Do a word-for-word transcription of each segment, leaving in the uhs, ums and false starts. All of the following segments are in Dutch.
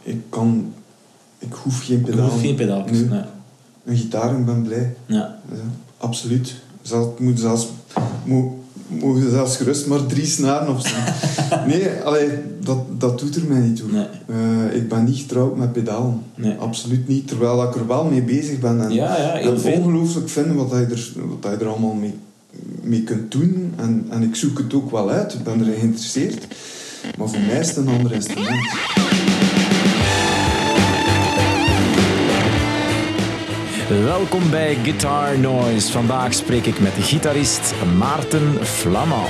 ik kan... Ik hoef geen pedaal. Ik hoef geen pedaal. Nee. Nee. Een gitaar, ik ben blij. Ja. Ja, absoluut. Zelf, ik moet zelfs... Moet, mogen zelfs gerust maar drie snaren of zo. Nee, allee, dat, dat doet er mij niet toe. Nee. Uh, ik ben niet getrouwd met pedalen. Nee. Absoluut niet. Terwijl ik er wel mee bezig ben. En, Ja, ja, heel en veel. ongelooflijk vind wat je er, wat je er allemaal mee, mee kunt doen. En, en ik zoek het ook wel uit. Ik ben erin geïnteresseerd. Maar voor mij is het een ander instrument. Welkom bij Guitar Noise. Vandaag spreek ik met de gitarist Maarten Flamand.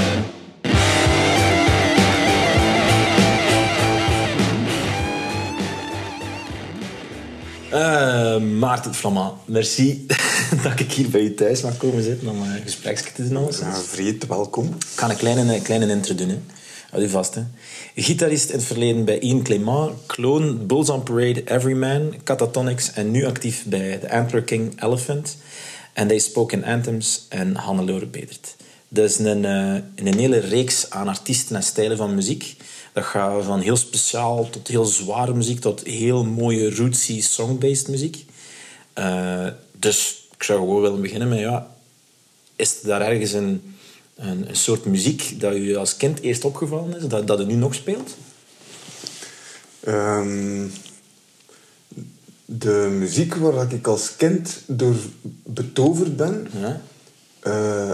Uh, Maarten Flamand, merci dat ik hier bij je thuis mag komen zitten om een gespreksje te doen. Ja, vreed, welkom. Ik ga een kleine, kleine intro doen. Hè. Houd u vast. Hè. Gitarist in het verleden bij Ian Clement, Clone, Bulls on Parade, Everyman, Catatonics en nu actief bij The Antler King Elephant en They Spoke in Anthems en Hannelore Bedert. Dat is een, een hele reeks aan artiesten en stijlen van muziek. Dat gaat van heel speciaal tot heel zware muziek tot heel mooie rootsy song-based muziek. Uh, dus ik zou gewoon willen beginnen met, ja, is daar ergens een, een, een soort muziek dat u als kind eerst opgevallen is, dat, dat u nu nog speelt? Um, de muziek waar ik als kind door betoverd ben... Ja. Uh,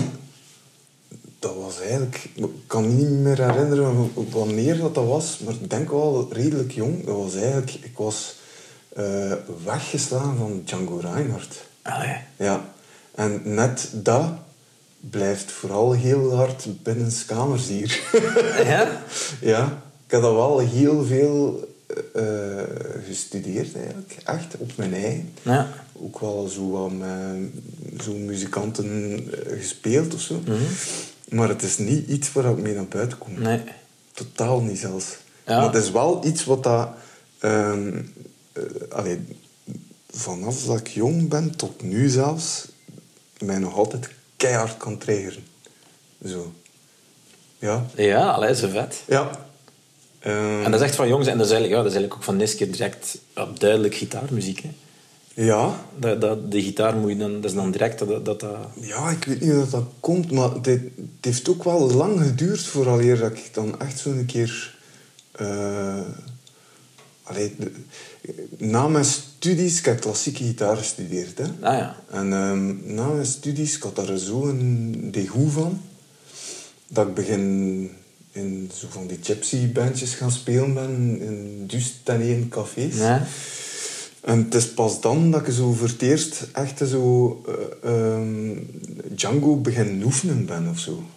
dat was eigenlijk... Ik kan me niet meer herinneren wanneer dat, dat was, maar ik denk wel redelijk jong. Dat was eigenlijk... Ik was uh, weggeslagen van Django Reinhardt. Allee. Ja. En net dat blijft vooral heel hard binnen 's kamers hier. Ja? Ja. Ik heb dat wel heel veel uh, gestudeerd eigenlijk. Echt, op mijn eigen. Ja. Ook wel zo wat met zo'n muzikanten gespeeld of zo. Mm-hmm. Maar het is niet iets waar ik mee naar buiten kom. Nee. Totaal niet zelfs. Ja. Maar het is wel iets wat dat... Um, uh, allee, vanaf dat ik jong ben tot nu zelfs... mij nog altijd keihard kan triggeren. Zo. Ja. Ja, allee, zo vet. Ja. Um, En dat is echt van jongs. En dat is eigenlijk, ja, dat is eigenlijk ook van de eerste keer direct ja, duidelijk gitaarmuziek. Hè. Ja. Dat, dat, de gitaar moet je dan, dat is dan direct dat dat... dat... Ja, ik weet niet hoe dat, dat komt, maar het, het heeft ook wel lang geduurd vooraleer dat ik dan echt zo'n keer... Uh, allee, de, na mijn studies, ik heb klassieke gitaar gestudeerd. Hè. Ah ja. En um, na mijn studies, ik had daar zo'n degoe van, dat ik begin in zo van die gypsy-bandjes gaan spelen ben, in duizend en één cafés. Ja. En het is pas dan dat ik zo voor het eerst echt zo uh, um, Django begin oefenen ben of zo.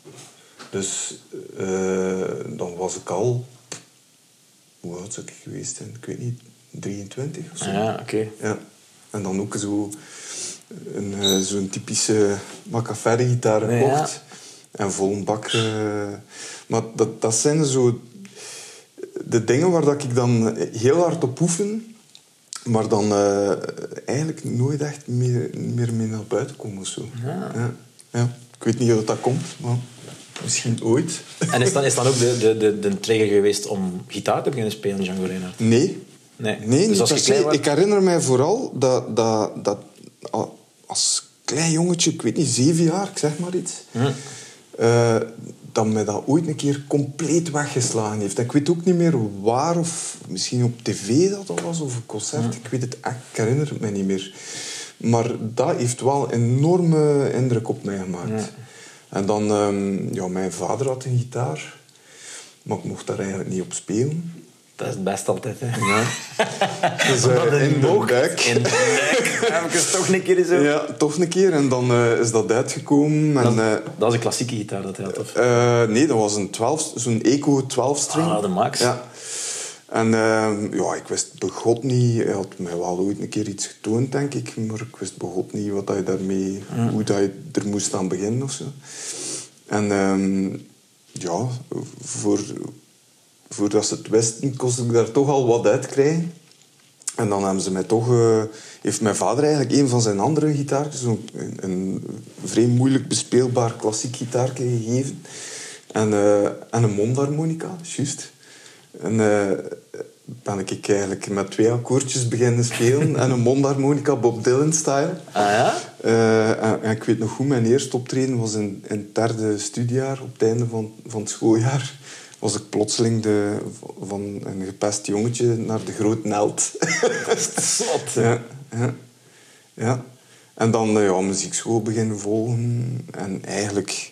Dus uh, dan was ik al... Hoe oud zou ik geweest zijn? Ik weet niet, drieëntwintig of zo. Ja, oké. Okay. Ja. En dan ook zo een, uh, zo'n typische Macaferri-gitaar gekocht. Ja. En vol een bak... Uh, maar dat, dat zijn zo de dingen waar dat ik dan heel hard op oefen... Maar dan uh, eigenlijk nooit echt meer, meer mee naar buiten komen of zo. Ja. Ja. Ja. Ik weet niet hoe dat komt, maar misschien ooit. En is dan, is dan ook de, de, de, de trigger geweest om gitaar te beginnen spelen, Django Reinhardt? Nee. Nee, nee dus niet per se. was... Ik herinner mij vooral dat, dat, dat als klein jongetje, ik weet niet, zeven jaar, ik zeg maar iets... Hm. Uh, dat mij dat ooit een keer compleet weggeslagen heeft. Ik weet ook niet meer waar, of misschien op tv dat dat was, of een concert. Ja. Ik weet het echt, ik herinner het mij niet meer. Maar dat heeft wel een enorme indruk op mij gemaakt. Ja. En dan, um, ja, mijn vader had een gitaar, maar ik mocht daar eigenlijk niet op spelen. Dat is het best altijd, hè. Ja. Dus uh, in de buik. In de buik. Heb ik het toch een keer zo? Ja, toch een keer. En dan uh, is dat uitgekomen. Dat, en, uh, dat is een klassieke gitaar dat hij had, of? Uh, nee, dat was een twaalf, zo'n Eco twaalf-string. Ah, de max. Ja. En uh, ja, ik wist begot niet... Hij had mij wel ooit een keer iets getoond, denk ik. Maar ik wist begot niet wat je daarmee... Mm. Hoe dat je er moest aan beginnen of zo. En um, ja, voor... Voordat ze het wisten, kost ik daar toch al wat uit krijgen. En dan hebben ze mij toch... Uh, heeft mijn vader eigenlijk een van zijn andere gitaartjes, een, een vrij moeilijk bespeelbaar klassiek gitaartje gegeven. En, uh, en een mondharmonica, juist. En uh, ben ik eigenlijk met twee akkoordjes beginnen spelen en een mondharmonica Bob Dylan-style. Ah ja? Uh, en, en ik weet nog goed, mijn eerste optreden was in, in het derde studiejaar, op het einde van, van het schooljaar. Was ik plotseling de, van een gepest jongetje naar de grote held. Dat is zot. Ja, ja, ja. En dan uh, ja, muziekschool beginnen volgen. En eigenlijk,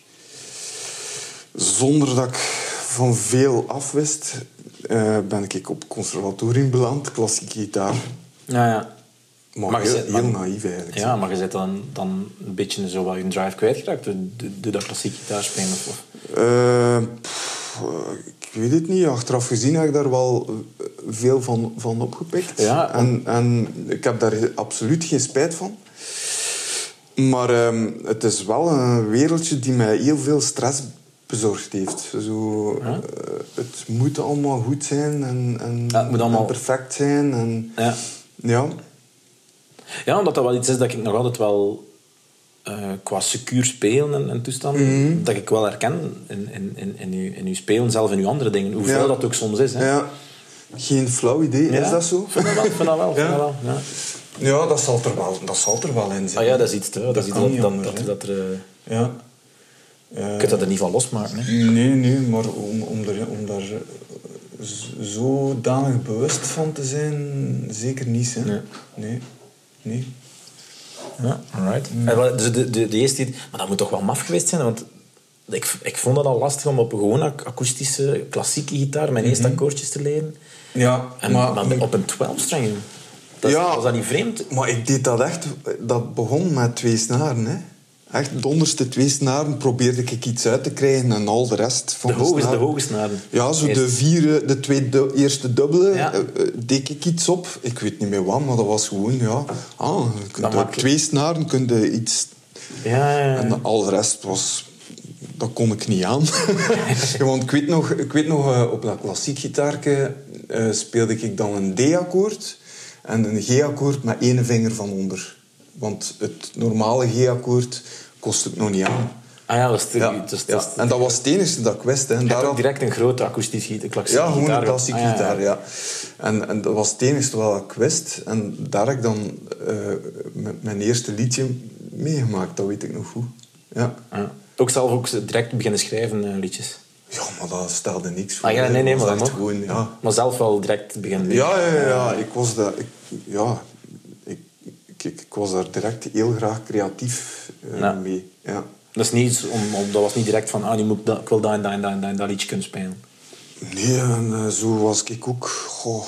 zonder dat ik van veel afwist, uh, ben ik op het conservatorium beland, klassieke gitaar. Ja, ja. Maar, maar heel, zet, heel maar, naïef eigenlijk. Ja, maar je bent dan, dan een beetje zo wat je drive kwijtgeraakt door, door dat klassieke gitaar spelen? Of? Uh, pff, ik weet het niet. Achteraf gezien heb ik daar wel veel van, van opgepikt. Ja, en, en ik heb daar absoluut geen spijt van. Maar uh, het is wel een wereldje die mij heel veel stress bezorgd heeft. Zo, ja? uh, het moet allemaal goed zijn en, en, ja, het moet allemaal... en perfect zijn. En, ja. Ja. Ja, omdat dat wel iets is dat ik nog altijd wel uh, qua secuur spelen en, en toestanden, mm-hmm. dat ik wel herken in, in, in, in, uw, in uw spelen, zelf in uw andere dingen. Hoeveel ja. dat ook soms is. Hè. Ja. Geen flauw idee, ja. is dat zo? Ik vind dat wel. Vind dat wel, ja. vind dat wel ja. Ja, dat zal er wel, dat zal er wel in zitten. Ah ja, dat is iets te. Dat, dat is iets dat, anders, dat, dat, dat er... Uh, ja. Uh, je kunt dat er niet van losmaken. Hè? Nee, nee, maar om, om, er, om daar zodanig bewust van te zijn, zeker niet. Hè. Nee. Nee. nee. Ja, alright. Mm. Dus de, de, de eerste... Maar dat moet toch wel maf geweest zijn, want... Ik, ik vond dat al lastig om op een gewone akoestische, klassieke gitaar mijn eerste mm-hmm. akkoordjes te leren. Ja, en, maar, maar op een twaalf-string. Dat, ja, was dat niet vreemd? Maar ik deed dat echt... Dat begon met twee snaren, hè. Echt, de onderste twee snaren probeerde ik iets uit te krijgen en al de rest van de, de, hoge, snaren... de hoge snaren? Ja, zo Eerst. de vier, de twee du- eerste dubbele ja. uh, deed ik iets op. Ik weet niet meer wat, maar dat was gewoon, ja... Ah, de twee snaren kun je iets... Ja, ja, ja. En al de rest was... Dat kon ik niet aan. Want ik weet nog, ik weet nog uh, op dat klassiek gitaarke uh, speelde ik dan een D-akkoord en een G-akkoord met één vinger van onder. Want het normale G-akkoord kost het nog niet aan. Ah ja, dat is te, ja, dat is, ja. dat is, En dat was het enige dat ik wist. Hè. En je daar hebt had... direct een grote akoestisch gitaar, klassiek ja, gewoon gitaar. een klassiek ah, ja, gitaar, ja. ja. En, en dat was het enige wat ik wist. En daar heb ik dan uh, met mijn eerste liedje meegemaakt. Dat weet ik nog goed. Ja. Ja. Ook zelf ook direct beginnen schrijven, uh, liedjes. Ja, maar dat stelde niks voor. Ah, ja, nee, nee, maar, dat gewoon, ja. maar zelf wel direct beginnen. Ja, ja, ja, ja. Ik was daar... Ik, ja, ik, ik, ik was daar direct heel graag creatief uh, ja. mee. Ja. Dat, is niet om, om, dat was niet direct van, ah, nu moet ik, dat, ik wil dat en dat en dat, dat, dat liedje kunnen spelen. Nee, en uh, zo was ik ook... Goh.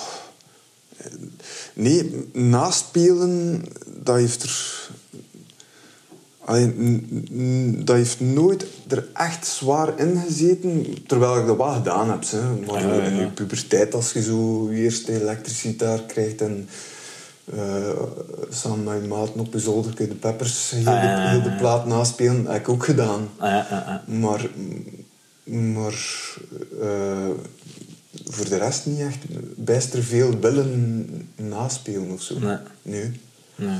Nee, naspelen, dat heeft er... Allee, dat heeft nooit er echt zwaar in gezeten, terwijl ik dat wel gedaan heb. Hè. Maar ja, ja, ja. in je puberteit, als je zo je eerste elektrische gitaar krijgt en uh, samen met je maten op je zolder kun je de Peppers heel, ah, ja, ja, ja. de, heel de plaat naspelen, dat heb ik ook gedaan. Ah, ja, ja, ja. Maar, maar uh, voor de rest niet echt bijster veel willen naspelen of zo. Nee. Nee. nee.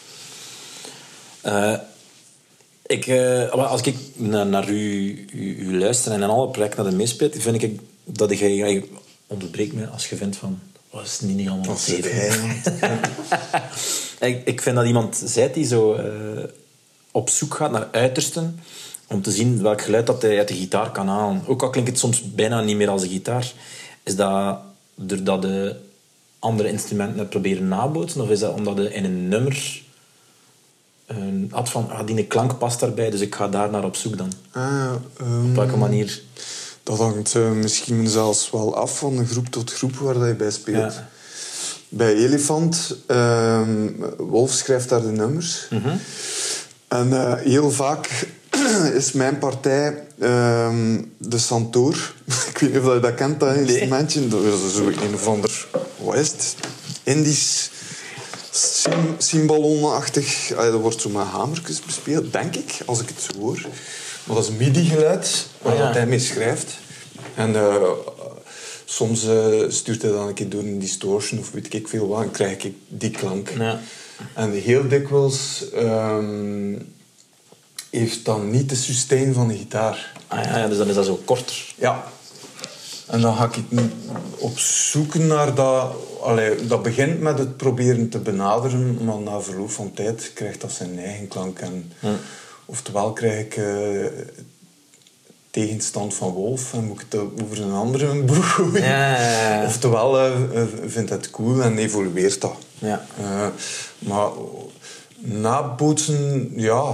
Uh, Ik, uh, als ik naar, naar u, u, u luister en in alle projecten dat je meespeelt, vind ik dat je, je onderbreekt me als je vindt van, wat is het niet allemaal zeven? ik, ik vind dat iemand zei die zo uh, op zoek gaat naar uitersten om te zien welk geluid dat hij uit de gitaar kan halen. Ook al klinkt het soms bijna niet meer als een gitaar, is dat doordat de andere instrumenten het proberen nabootsen, of is dat omdat je in een nummer een had van, ah, die klank past daarbij, dus ik ga daar naar op zoek dan. Ah, um, op welke manier? Dat hangt uh, misschien zelfs wel af van de groep tot groep waar je bij speelt. Ja. Bij Elefant, uh, Wolf schrijft daar de nummers. Mm-hmm. En uh, heel vaak is mijn partij uh, de Santoor. Ik weet niet of je dat kent, dat instrumentje. Nee. Dat is zo een of ander, wat is het? Indisch... Cymballonachtig. Dat wordt zo met hamertjes bespeeld, denk ik, als ik het zo hoor. Maar dat is midi-geluid, waar oh, ja. hij mee schrijft. En uh, soms uh, stuurt hij dan een keer door een distortion of weet ik veel wat, en krijg ik die klank. Ja. En heel dikwijls um, heeft dan niet de sustain van de gitaar. Ah ja, dus dan is dat zo korter. Ja. En dan ga ik het op zoek naar dat... Allee, dat begint met het proberen te benaderen, maar na verloop van tijd krijgt dat zijn eigen klank. En Ja. Oftewel krijg ik uh, tegenstand van Wolf en moet ik het over een andere boeg gooien. Ja, ja, ja. Oftewel uh, vindt het cool en evolueert dat. Ja. Uh, maar nabootsen, ja...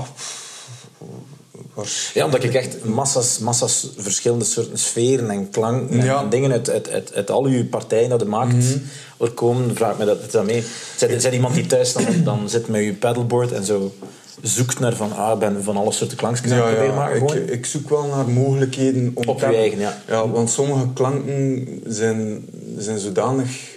Ja, omdat ik echt massa's, massa's verschillende soorten sferen en klanken en, Ja. en dingen uit, uit, uit, uit al uw partijen dat je maakt Mm-hmm. er komen, vraag me dat, dat mee. Zijn er iemand die thuis dan, dan zit met je paddleboard en zo zoekt naar van, ah, ik ben van alle soorten klankjes aan het Ja, proberen ja, maken? ik, Gewoon? ik zoek wel naar mogelijkheden om Op te- je eigen, ja. Ja, want sommige klanken zijn, zijn zodanig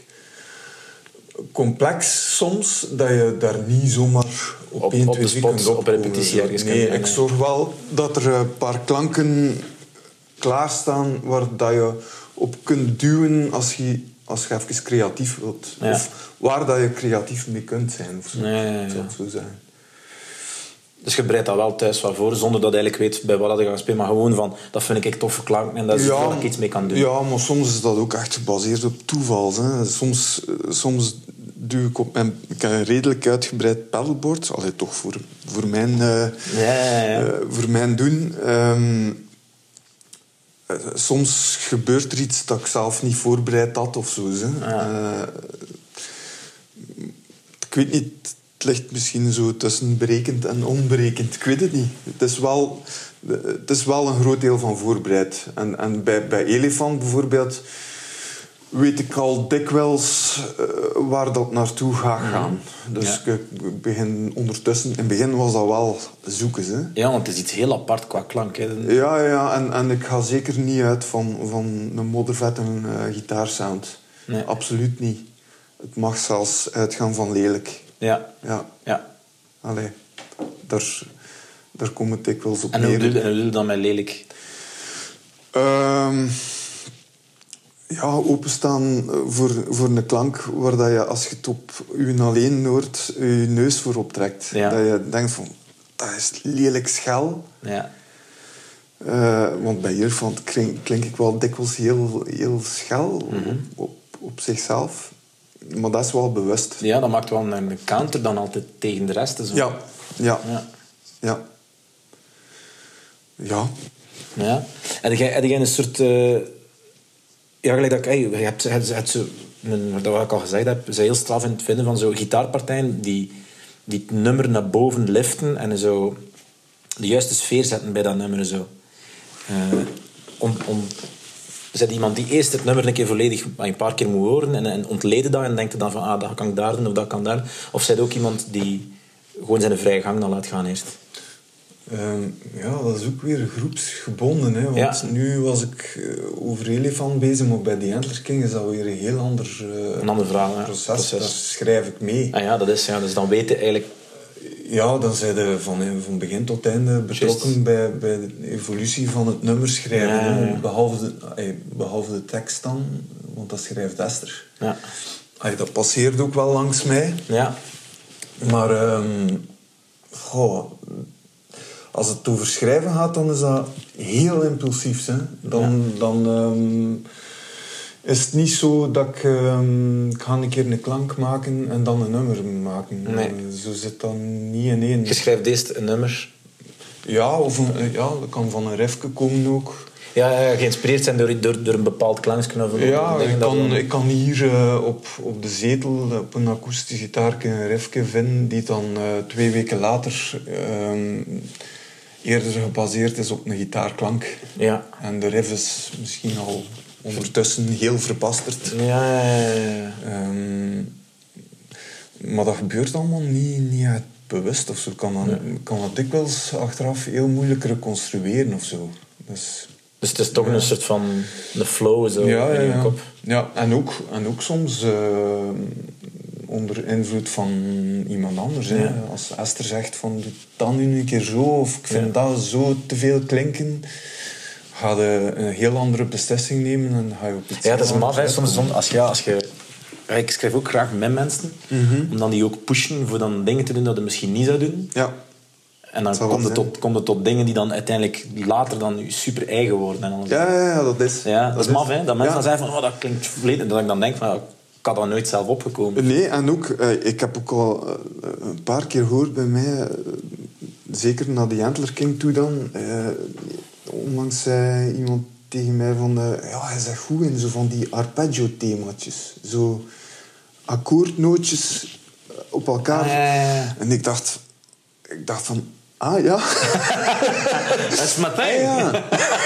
complex soms dat je daar niet zomaar op, Op- één, op twee, de drie spot, kunt op opkomen. repetitie ergens Nee, kunnen- ik zorg wel dat er een paar klanken klaarstaan waar dat je op kunt duwen als je, als je even creatief wilt. Ja. Of waar dat je creatief mee kunt zijn. Of zo. Ja, ja, ja. Ik zou het zo zeggen. Dus je bereidt dat wel thuis van voor, zonder dat je eigenlijk weet bij wat je gaat spelen, maar gewoon van, dat vind ik echt toffe klanken en dat is waar ik iets mee kan doen. Ja, maar soms is dat ook echt gebaseerd op toeval. Hè. Soms, soms duw ik op mijn... Ik heb een redelijk uitgebreid paddleboard. Allee, toch voor, voor, mijn, uh, Ja, ja, ja. uh, voor mijn doen. Um, uh, soms gebeurt er iets dat ik zelf niet voorbereid had of zo. Hè. Ja. Uh, ik weet niet... Het ligt misschien zo tussen berekend en onberekend. Ik weet het niet. Het is wel, het is wel een groot deel van voorbereid. En, en bij, bij Elefant bijvoorbeeld weet ik al dikwijls uh, waar dat naartoe gaat gaan. Dus Ja. ik, ik begin ondertussen... In het begin was dat wel zoeken. Hè. Ja, want het is iets heel apart qua klank. Hè. Ja, ja en, en ik ga zeker niet uit van, van een moddervette uh, gitaarsound. Nee. Absoluut niet. Het mag zelfs uitgaan van lelijk. Ja. Ja. Ja. Allee, daar, daar kom ik dikwijls op En hoe neer. doe je- hoe doe je dan met lelijk? Ehm, ja, openstaan voor, voor een klank waar dat je, als je het op je alleen hoort, je neus voor optrekt. Ja. Dat je denkt van, dat is lelijk schel. Ja. Uh, want bij Elefant klink, klink ik wel dikwijls heel, heel schel Mm-hmm. op, op zichzelf. Maar dat is wel bewust. Ja, dat maakt wel een counter dan altijd tegen de rest. Zo. Ja, ja, Ja. ja. Ja. Ja. En jij, heb jij een soort... Uh, ja, gelijk dat ik... Hey, je hebt, je hebt, je hebt zo... Een, dat wat ik al gezegd heb, ze heel straf in het vinden van zo gitaarpartijen die, die het nummer naar boven liften en zo de juiste sfeer zetten bij dat nummer. Zo. Uh, om, om, Zet iemand die eerst het nummer een keer volledig een paar keer moet horen en, en ontleden dat en denkt dan van ah, dat kan ik daar doen of dat kan daar. Of zijt ook iemand die gewoon zijn vrije gang dan laat gaan eerst? Um, ja, dat is ook weer groepsgebonden. Hè, want Ja. nu was ik uh, over Elefant bezig, maar bij The Antler King is dat weer een heel ander, uh, Een ander verhaal, ja. proces. Proces. Daar schrijf ik mee. Ah ja, dat is ja. Dus dan weten eigenlijk... Ja, dan zijn je van, van begin tot einde betrokken bij, bij de evolutie van het nummer schrijven. Ja, ja, ja. Hè. Behalve, de, ay, behalve de tekst dan, want dat schrijft Esther. Ja. Ay, dat passeert ook wel langs mij. Ja. Maar um, goh, als het over schrijven gaat, dan is dat heel impulsief. Hè. Dan, Ja. dan um, is het niet zo dat ik... Um, ik ga een keer een klank maken en dan een nummer maken. Nee. Uh, zo zit dat niet in één. Je schrijft eerst een nummer. Ja, of een, ja, dat kan van een refke komen ook. Ja, ja, geïnspireerd zijn door, door, door een bepaald klankje of een Ja, ding ik dat kan, dan- ik kan hier uh, op, op de zetel op een akoestische gitaar een refke vinden die dan uh, twee weken later um, eerder gebaseerd is op een gitaarklank. Ja. En de riff is misschien al ondertussen heel verbasterd. Ja, ja, ja, ja. Um, maar dat gebeurt allemaal niet, niet uit bewust of zo. Ik kan dat, Ja. kan dat dikwijls achteraf heel moeilijk reconstrueren of zo. Dus... Dus het is toch Ja. een soort van een flow zo Ja, ja, in je ja. kop. Ja, en ook, en ook soms uh, onder invloed van iemand anders. Ja. Hè. Als Esther zegt van doe dat nu een keer zo of ik vind Ja. dat zo te veel klinken, ga je een heel andere beslissing nemen en ga je op iets Ja, dat is heel maf. Hè. anders Soms, uitkomen. soms als, ja, als je... Ja, ik schrijf ook graag met mensen. Mhm. Om dan die ook pushen voor dan dingen te doen dat je misschien niet zou doen. Ja. En dan komt het, tot, komt het tot dingen die dan uiteindelijk later dan super eigen worden. En alles. Ja, ja, ja, dat is... Ja, dat, dat is maf, hè. Dat mensen ja. dan zeggen van, oh, dat klinkt volledig... Dat ik dan denk van, ik had dat nooit zelf opgekomen. Nee, en ook... Uh, ik heb ook al uh, een paar keer gehoord bij mij... Uh, zeker naar die Antler King toe dan... Uh, onlangs zei iemand tegen mij van... Uh, ja, hij zegt goed in zo van die arpeggio-themaatjes. Zo akkoordnootjes op elkaar. Ah, ja, ja. En ik dacht... Ik dacht van... Ah, ja. Dat is Martijn. Ah, ja.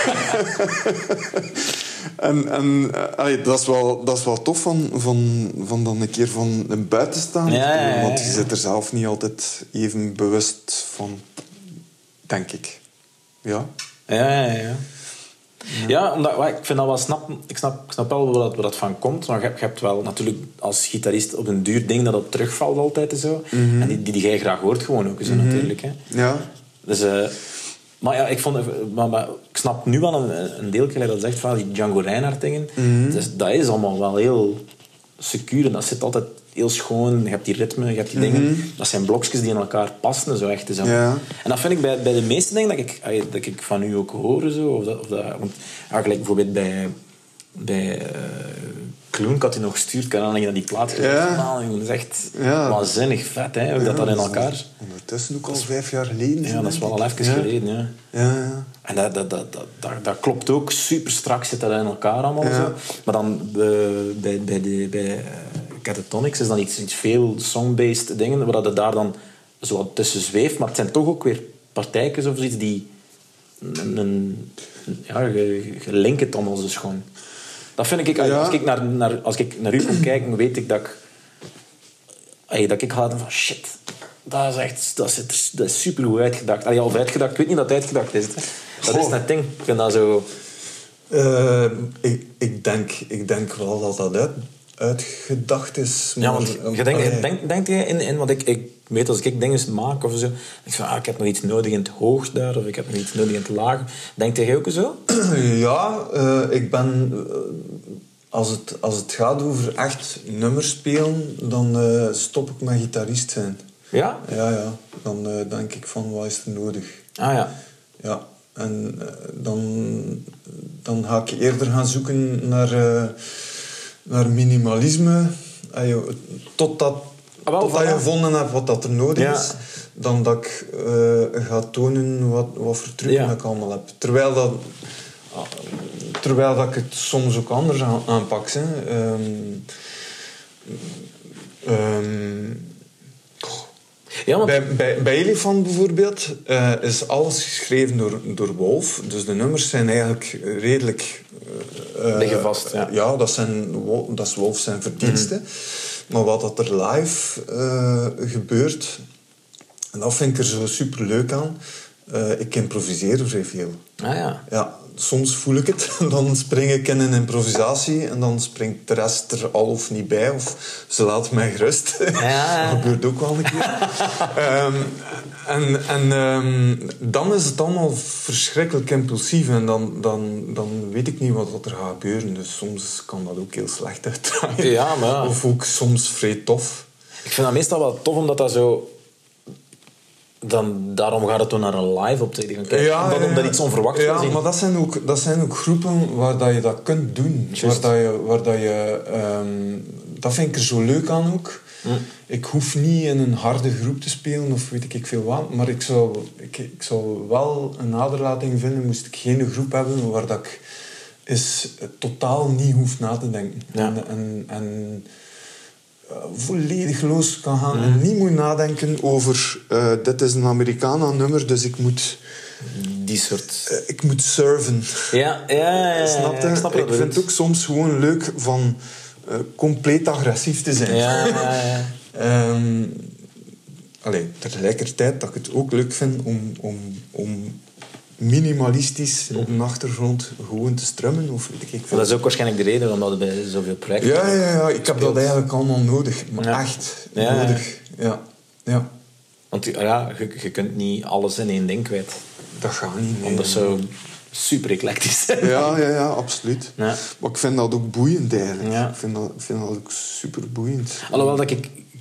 en en allee, dat, is wel, dat is wel tof van, van, van dan een keer van een buitenstaander. Ja, ja, ja, want je ja. zit er zelf niet altijd even bewust van, denk ik. Ja. Ja, ja, ja. Ja, ja omdat, ik vind dat wel snap, ik snap, ik snap wel waar dat, waar dat van komt. Maar je, je hebt wel natuurlijk als gitarist op een duur ding dat op terugvalt altijd en zo. Mm-hmm. En die, die, die jij graag hoort gewoon ook zo, mm-hmm. natuurlijk. Hè. Ja. Dus, uh, maar ja, ik, vond, maar, maar, ik snap nu wel een, een deeltje dat zegt van die Django Reinhardt dingen. Mm-hmm. Dus, dat is allemaal wel heel secuur en dat zit altijd heel schoon. Je hebt die ritme, je hebt die dingen. Mm-hmm. Dat zijn blokjes die in elkaar passen. Zo echt, zo. Ja. En dat vind ik bij, bij de meeste dingen dat ik, dat ik van u ook hoor. Zo, of dat, of dat, want eigenlijk bijvoorbeeld bij... bij uh, Kloen, ik had hij nog gestuurd, kan alleen naar die plaat gezet. Ja. Dat is echt ja. waanzinnig vet, hè, hoe ja, dat, dat in elkaar... Ondertussen ook al vijf jaar geleden. Ja, dat is wel al even ja. geleden, ja. Ja, ja. En dat, dat, dat, dat, dat, dat klopt ook, super strak zit dat in elkaar allemaal. Ja. Zo. Maar dan uh, bij, bij, de, bij uh, Catatonics is dan iets, iets veel song-based dingen, waar dat daar dan zo wat tussen zweeft, maar het zijn toch ook weer partijtjes of zoiets die... Een, een, ja, je, je linkt het dan als dus gewoon... Dat vind ik, als ja. ik naar, naar, als ik naar u kom kijken, weet ik dat ik... Dat ik had van, shit, dat is echt dat is, dat is super goed uitgedacht. Allee, al uitgedacht, ik weet niet dat het uitgedacht is. Hè. Dat Goh. is net ding. Ik vind dat zo... Uh, ik, ik, denk, ik denk wel dat dat uit, uitgedacht is. Maar, ja, want je denkt, denk, denk je in, in... Want ik, ik weet, als ik dingen maak of zo... Ik van, ah, ik heb nog iets nodig in het hoog daar, of ik heb nog iets nodig in het laag. Denkt jij ook zo? Ja, uh, ik ben... Uh, als, het, als het gaat over echt nummers spelen, dan uh, stop ik met gitarist zijn. Ja? Ja, ja. Dan uh, denk ik van, wat is er nodig? Ah, ja. Ja. En uh, dan, dan ga ik eerder gaan zoeken naar, uh, naar minimalisme. Uh, totdat ah, wel, totdat je gevonden hebt wat dat er nodig ja. is. Dan dat ik uh, ga tonen wat, wat voor trucken ja. ik allemaal heb. Terwijl dat... Uh, terwijl dat ik het soms ook anders aan, aanpak. Hè. Um, um, Ja, want... bij, bij, bij Elefant bijvoorbeeld uh, is alles geschreven door, door Wolf. Dus de nummers zijn eigenlijk redelijk... Uh, Liggen vast, ja. Uh, ja, dat, zijn, dat is Wolf zijn verdiensten. Mm. Maar wat dat er live uh, gebeurt... En dat vind ik er zo super leuk aan. Uh, ik improviseer vrij veel. Ah ja. Ja, soms voel ik het. Dan spring ik in een improvisatie en dan springt de rest er al of niet bij. Of ze laat mij gerust. Ja. Dat gebeurt ook wel een keer. um, en en um, dan is het allemaal verschrikkelijk impulsief. En dan, dan, dan weet ik niet wat er gaat gebeuren. Dus soms kan dat ook heel slecht uitdraaien. Ja, maar ja. Of ook soms vrij tof. Ik vind dat meestal wel tof, omdat dat zo... Dan, daarom gaat het dan naar een live optreden gaan kijken. Ja, dan ja, omdat iets onverwachts ja, zien. maar dat zijn, ook, dat zijn ook groepen waar dat je dat kunt doen. Waar dat je... Waar dat, je um, dat vind ik er zo leuk aan ook. Mm. Ik hoef niet in een harde groep te spelen of weet ik veel wat. Maar ik zou, ik, ik zou wel een aderlating vinden moest ik geen groep hebben waar dat ik is, totaal niet hoef na te denken. Ja. En... en, en volledig los kan gaan mm. en niet moet nadenken over uh, dit is een Americana-nummer, dus ik moet die soort uh, ik moet surfen. Ja, ja, ja, ja. Snap je? Ik, snap ik vind het ook soms gewoon leuk van uh, compleet agressief te zijn. Ja, ja, ja. um, allee, tegelijkertijd dat ik het ook leuk vind om, om, om minimalistisch mm. op de achtergrond gewoon te strummen. Of weet ik veel. Dat is ook waarschijnlijk de reden omdat bij zoveel projecten... Ja, ja, ja, ik heb dat eigenlijk allemaal nodig. Maar ja. echt ja, nodig. Ja. Ja. Want ja, je, je kunt niet alles in één ding kwijt. Dat gaat niet. Nee. Want dat is zo super eclectisch. Ja, ja, ja, absoluut. Ja. Maar ik vind dat ook boeiend eigenlijk. Ja. Ik vind dat, ik vind dat ook super boeiend. Alhoewel dat ik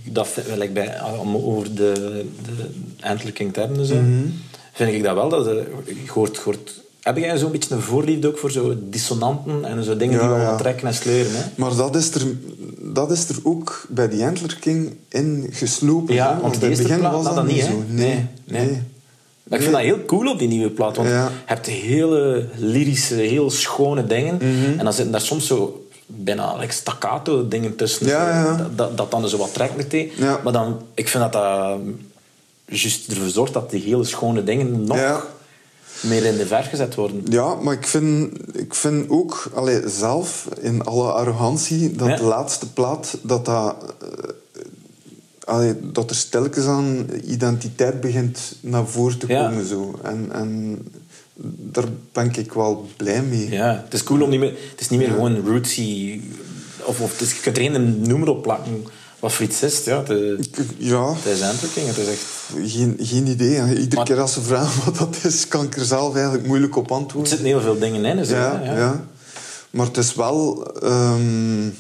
dat vind, like bij, om over de, de Antler King te hebben, zo, mm-hmm. vind ik dat wel. Dat, uh, je hoort, je hoort, heb jij zo'n beetje een voorliefde ook voor zo dissonanten en zo dingen ja, die we ja. trekken en sleuren? Hè? Maar dat is, er, dat is er ook bij die Antler King in geslopen. Ja, want bij het begin plaat, was dat, dat niet niet, zo. Nee, nee. nee. nee. Maar ik vind dat heel cool op die nieuwe plaat, want ja. je hebt hele lyrische, heel schone dingen mm-hmm. en dan zitten daar soms zo bijna like staccato dingen tussen. Ja, ja. Dat, dat, dat dan zo wat trekt meteen. Ja. Maar dan, ik vind dat dat juist ervoor zorgt dat die hele schone dingen nog ja. meer in de verf gezet worden. Ja, maar ik vind, ik vind ook allee, zelf, in alle arrogantie, dat ja. de laatste plaat, dat dat... Uh, allee, dat er stilletjes aan identiteit begint naar voren te komen. Ja. Zo. En... en daar ben ik wel blij mee. Ja, het is cool om niet meer... Het is niet meer ja. gewoon rootsy... Of, of het is, je kunt er geen nummer op plakken wat voor iets is. Ja, de, ja. Het is Antler King. Het is echt... Geen, geen idee. Hè. Iedere maar, keer als ze vragen wat dat is, kan ik er zelf eigenlijk moeilijk op antwoorden. Er zitten heel veel dingen in. Zo, ja, ja. ja. Maar het is wel... Um,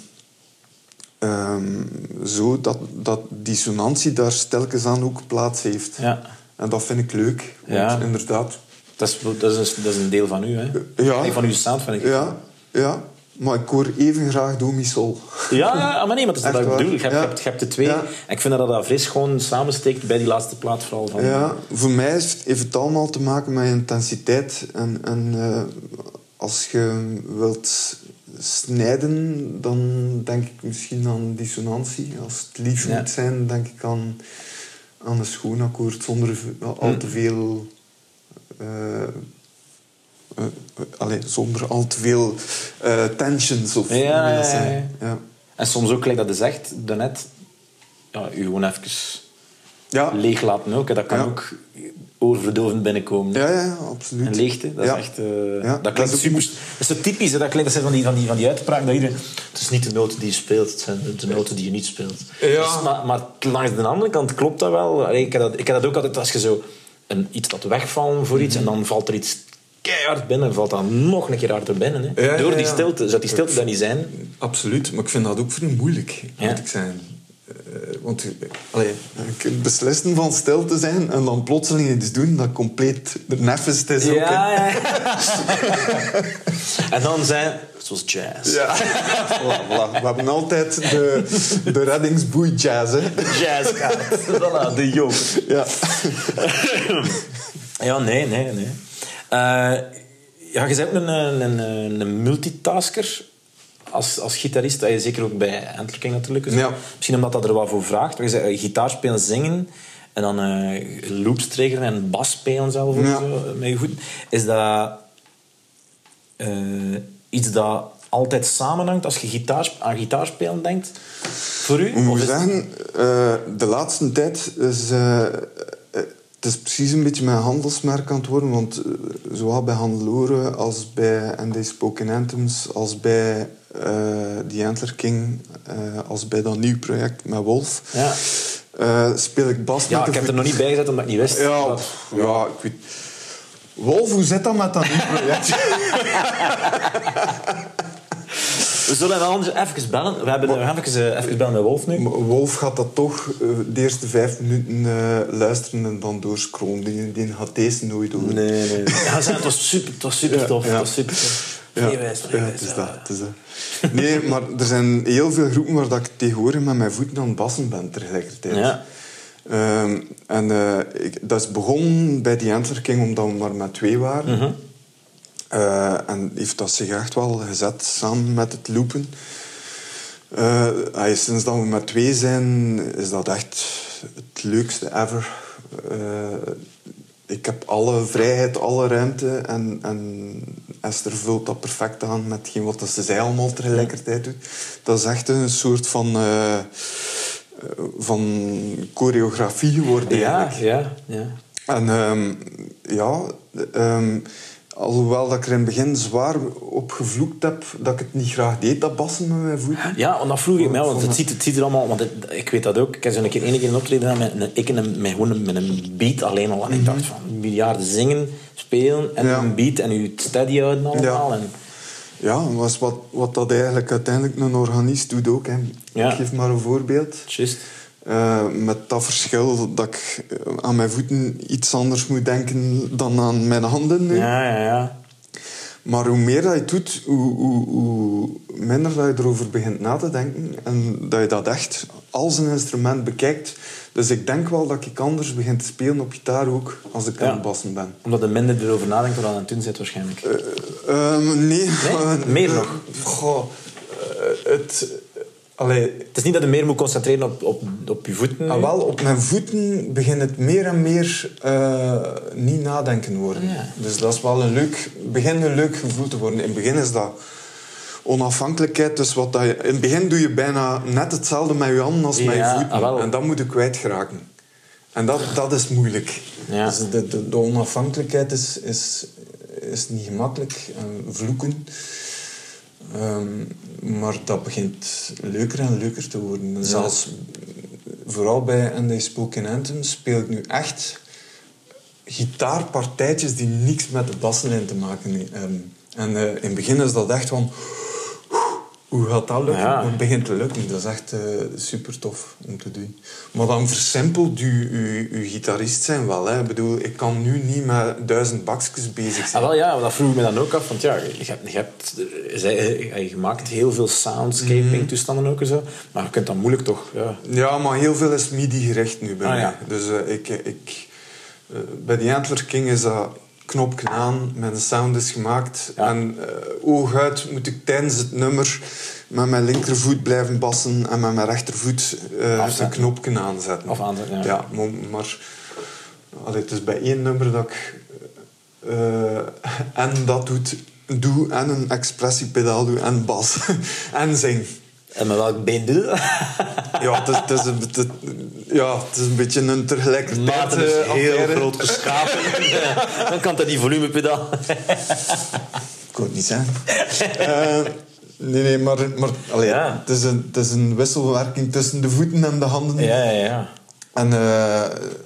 um, zo dat, dat dissonantie daar stelkens aan ook plaats heeft. Ja. En dat vind ik leuk. Want ja. inderdaad... Dat is, dat, is een, dat is een deel van u, hè? Ja. Van uw sound, vind ik. Ja, ja. Maar ik hoor even graag Do Mi Sol. Ja, ja, maar nee, maar dat is wat ik bedoel. Je hebt, ja. je, hebt, je hebt de twee. Ja. En ik vind dat dat fris gewoon samensteekt bij die laatste plaat vooral. Van. Ja, voor mij heeft het allemaal te maken met intensiteit. En, en uh, als je wilt snijden, dan denk ik misschien aan dissonantie. Als het lief ja. moet zijn, denk ik aan, aan een schoon akkoord zonder al te veel... Uh, uh, uh, allez, zonder al te veel uh, tensions of ja, ja, ja, ja. ja. En soms ook, gelijk dat je zegt daarnet, ja, je gewoon even ja. leeg laten ook. Hè. Dat kan ja. ook oorverdovend binnenkomen. Ja, ja, absoluut. En leegte, dat ja. is echt... Uh, ja. dat klinkt dat super... Dat is zo typisch, hè. Dat klinkt dat zijn van die, van die, van die uitspraken dat iedereen... Het is niet de noten die je speelt, het zijn de noten die je niet speelt. Ja. Dus, maar, maar langs de andere kant klopt dat wel. Allee, ik, heb dat, ik heb dat ook altijd als je zo... Een, iets dat wegvallen voor iets, mm-hmm. en dan valt er iets keihard binnen en valt dan nog een keer harder binnen. Hè. Ja, Door ja, ja. die stilte. Zou die stilte daar niet zijn? Absoluut, maar ik vind dat ook voor moeilijk, ja. moet ik zeggen. Uh, want allee, je kunt beslissen van stil te zijn en dan plotseling iets doen dat compleet neffens is. Ja, ook, ja, ja. En dan zijn... Zoals jazz. Ja. voilà, voilà. We hebben altijd de, de reddingsboei jazz. Hè. Jazzkaart. Voilà, de jong. Ja. Ja, nee, nee, nee. Uh, ja, je bent een, een, een multitasker als, als gitarist. Dat je zeker ook bij Antler King natuurlijk. Dus ja. Misschien omdat dat er wat voor vraagt. Je zei, gitaar spelen, zingen... En dan uh, loops triggeren en bas spelen zelf ook. Ja. Zo, met je goed. Is dat... Uh, iets dat altijd samenhangt als je gitaar, aan gitaarspelen denkt? Voor u? Ik moet zeggen, uh, de laatste tijd is... Uh, het is precies een beetje mijn handelsmerk aan het worden, want uh, zowel bij Hannelore als bij And They Spoken Anthems, als bij uh, The Antler King, uh, als bij dat nieuw project met Wolf, ja. uh, speel ik bas ja, met ik heb er nog niet bij gezet omdat ik niet wist. Ja, dat... ja ik weet... Wolf, hoe zit dat met dat nieuw project? We zullen anders even bellen. We hebben maar, even, even bellen met Wolf nu. Wolf gaat dat toch uh, de eerste vijf minuten uh, luisteren en dan doorscrollen. Die, die gaat deze nooit doen. Nee, nee. Ja, het was super, het was super ja, tof. Ja. Het was super tof. Ja, Vreewijs, ja, het is dat. Het is dat. Nee, maar er zijn heel veel groepen waar dat ik tegenwoordig met mijn voeten aan het bassen ben tegelijkertijd. Ja. Um, en uh, ik, dat is begonnen bij die Antler King omdat we maar met twee waren. Mm-hmm. Uh, en heeft dat zich echt wel gezet samen met het loopen. Uh, ay, sinds dat we met twee zijn, is dat echt het leukste ever. Uh, ik heb alle vrijheid, alle ruimte. En, en Esther vult dat perfect aan met hetgeen wat ze zij allemaal tegelijkertijd doet. Dat is echt een soort van... Uh, van choreografie geworden ja, eigenlijk. Ja, ja. En um, ja... Um, alhoewel dat ik er in het begin zwaar op gevloekt heb dat ik het niet graag deed, dat bassen met mijn voeten. Ja, want dat vroeg ik me, want het ziet, het ziet er allemaal... Want het, ik weet dat ook. Ik heb zo'n keer ene keer een optreden gedaan met, ik een, met, gewoon met een beat alleen al. En ik dacht van, miljarden zingen, spelen en ja. een beat en je steady houden allemaal. Ja. En... Ja, dat is wat, wat dat eigenlijk uiteindelijk een organist doet ook. Hè. Ja. Ik geef maar een voorbeeld. Just. Uh, met dat verschil dat ik aan mijn voeten iets anders moet denken dan aan mijn handen nu. Ja, ja, ja. Maar hoe meer dat je het doet, hoe, hoe, hoe minder dat je erover begint na te denken. En dat je dat echt als een instrument bekijkt. Dus ik denk wel dat ik anders begin te spelen op gitaar ook, als ik Ja. aan het bassen ben. Omdat je minder erover nadenkt dan aan het doen zit waarschijnlijk. Uh, uh, nee. Nee? Meer uh, nog? Goh, uh, het... Allee, Het is niet dat je meer moet concentreren op, op, op je voeten. ah, wel, op mijn voeten begint het meer en meer uh, niet nadenken worden. Ja. Dus dat is wel een leuk, begint een leuk gevoel te worden. In het begin is dat onafhankelijkheid. Dus wat dat je, in het begin doe je bijna net hetzelfde met je handen als met je Ja, voeten. ah, wel. En dat moet je kwijtgeraken. En dat, dat is moeilijk. Ja. Dus de, de, de onafhankelijkheid is, is, is niet gemakkelijk. Uh, vloeken. Um, maar dat begint leuker en leuker te worden. En zelfs vooral bij And They Spoke in Anthems speel ik nu echt gitaarpartijtjes die niks met de basslijn te maken hebben. En uh, in het begin is dat echt van... Hoe gaat dat lukken? Ja. Het begint te lukken. Dat is echt uh, super tof om te doen. Maar dan versimpelt je, je, je gitarist zijn wel. Hè. Ik bedoel, ik kan nu niet met duizend bakjes bezig zijn. Ah, wel, ja, dat vroeg ik me dan ook af. Want ja, je hebt, je, hebt, je, je maakt heel veel soundscaping-toestanden ook en zo. Maar je kunt dat moeilijk toch... Ja, ja maar heel veel is midi-gericht nu bij ah, mij. Ja. Dus uh, ik... ik uh, bij die Antler King is dat... knopje aan, mijn sound is gemaakt. Ja. En uh, ooguit moet ik tijdens het nummer met mijn linkervoet blijven bassen en met mijn rechtervoet uh, een knopje aanzetten. Of aanzetten, ja. Ja, maar... maar allee, het is bij één nummer dat ik... Uh, en dat doet, doe en een expressiepedaal doe en bas. en zing. En met welk been doe je dat? Ja, het is, het, is een, het, ja, het is een beetje een tegelijkertijd... Maarten is uh, heel affaire. groot geschapen. Dan kan dat die volumepedaal. Ik wou het niet zijn. uh, nee, nee, maar, maar allee, Ja. het, is een, het is een wisselwerking tussen de voeten en de handen. Ja, ja, ja. En uh,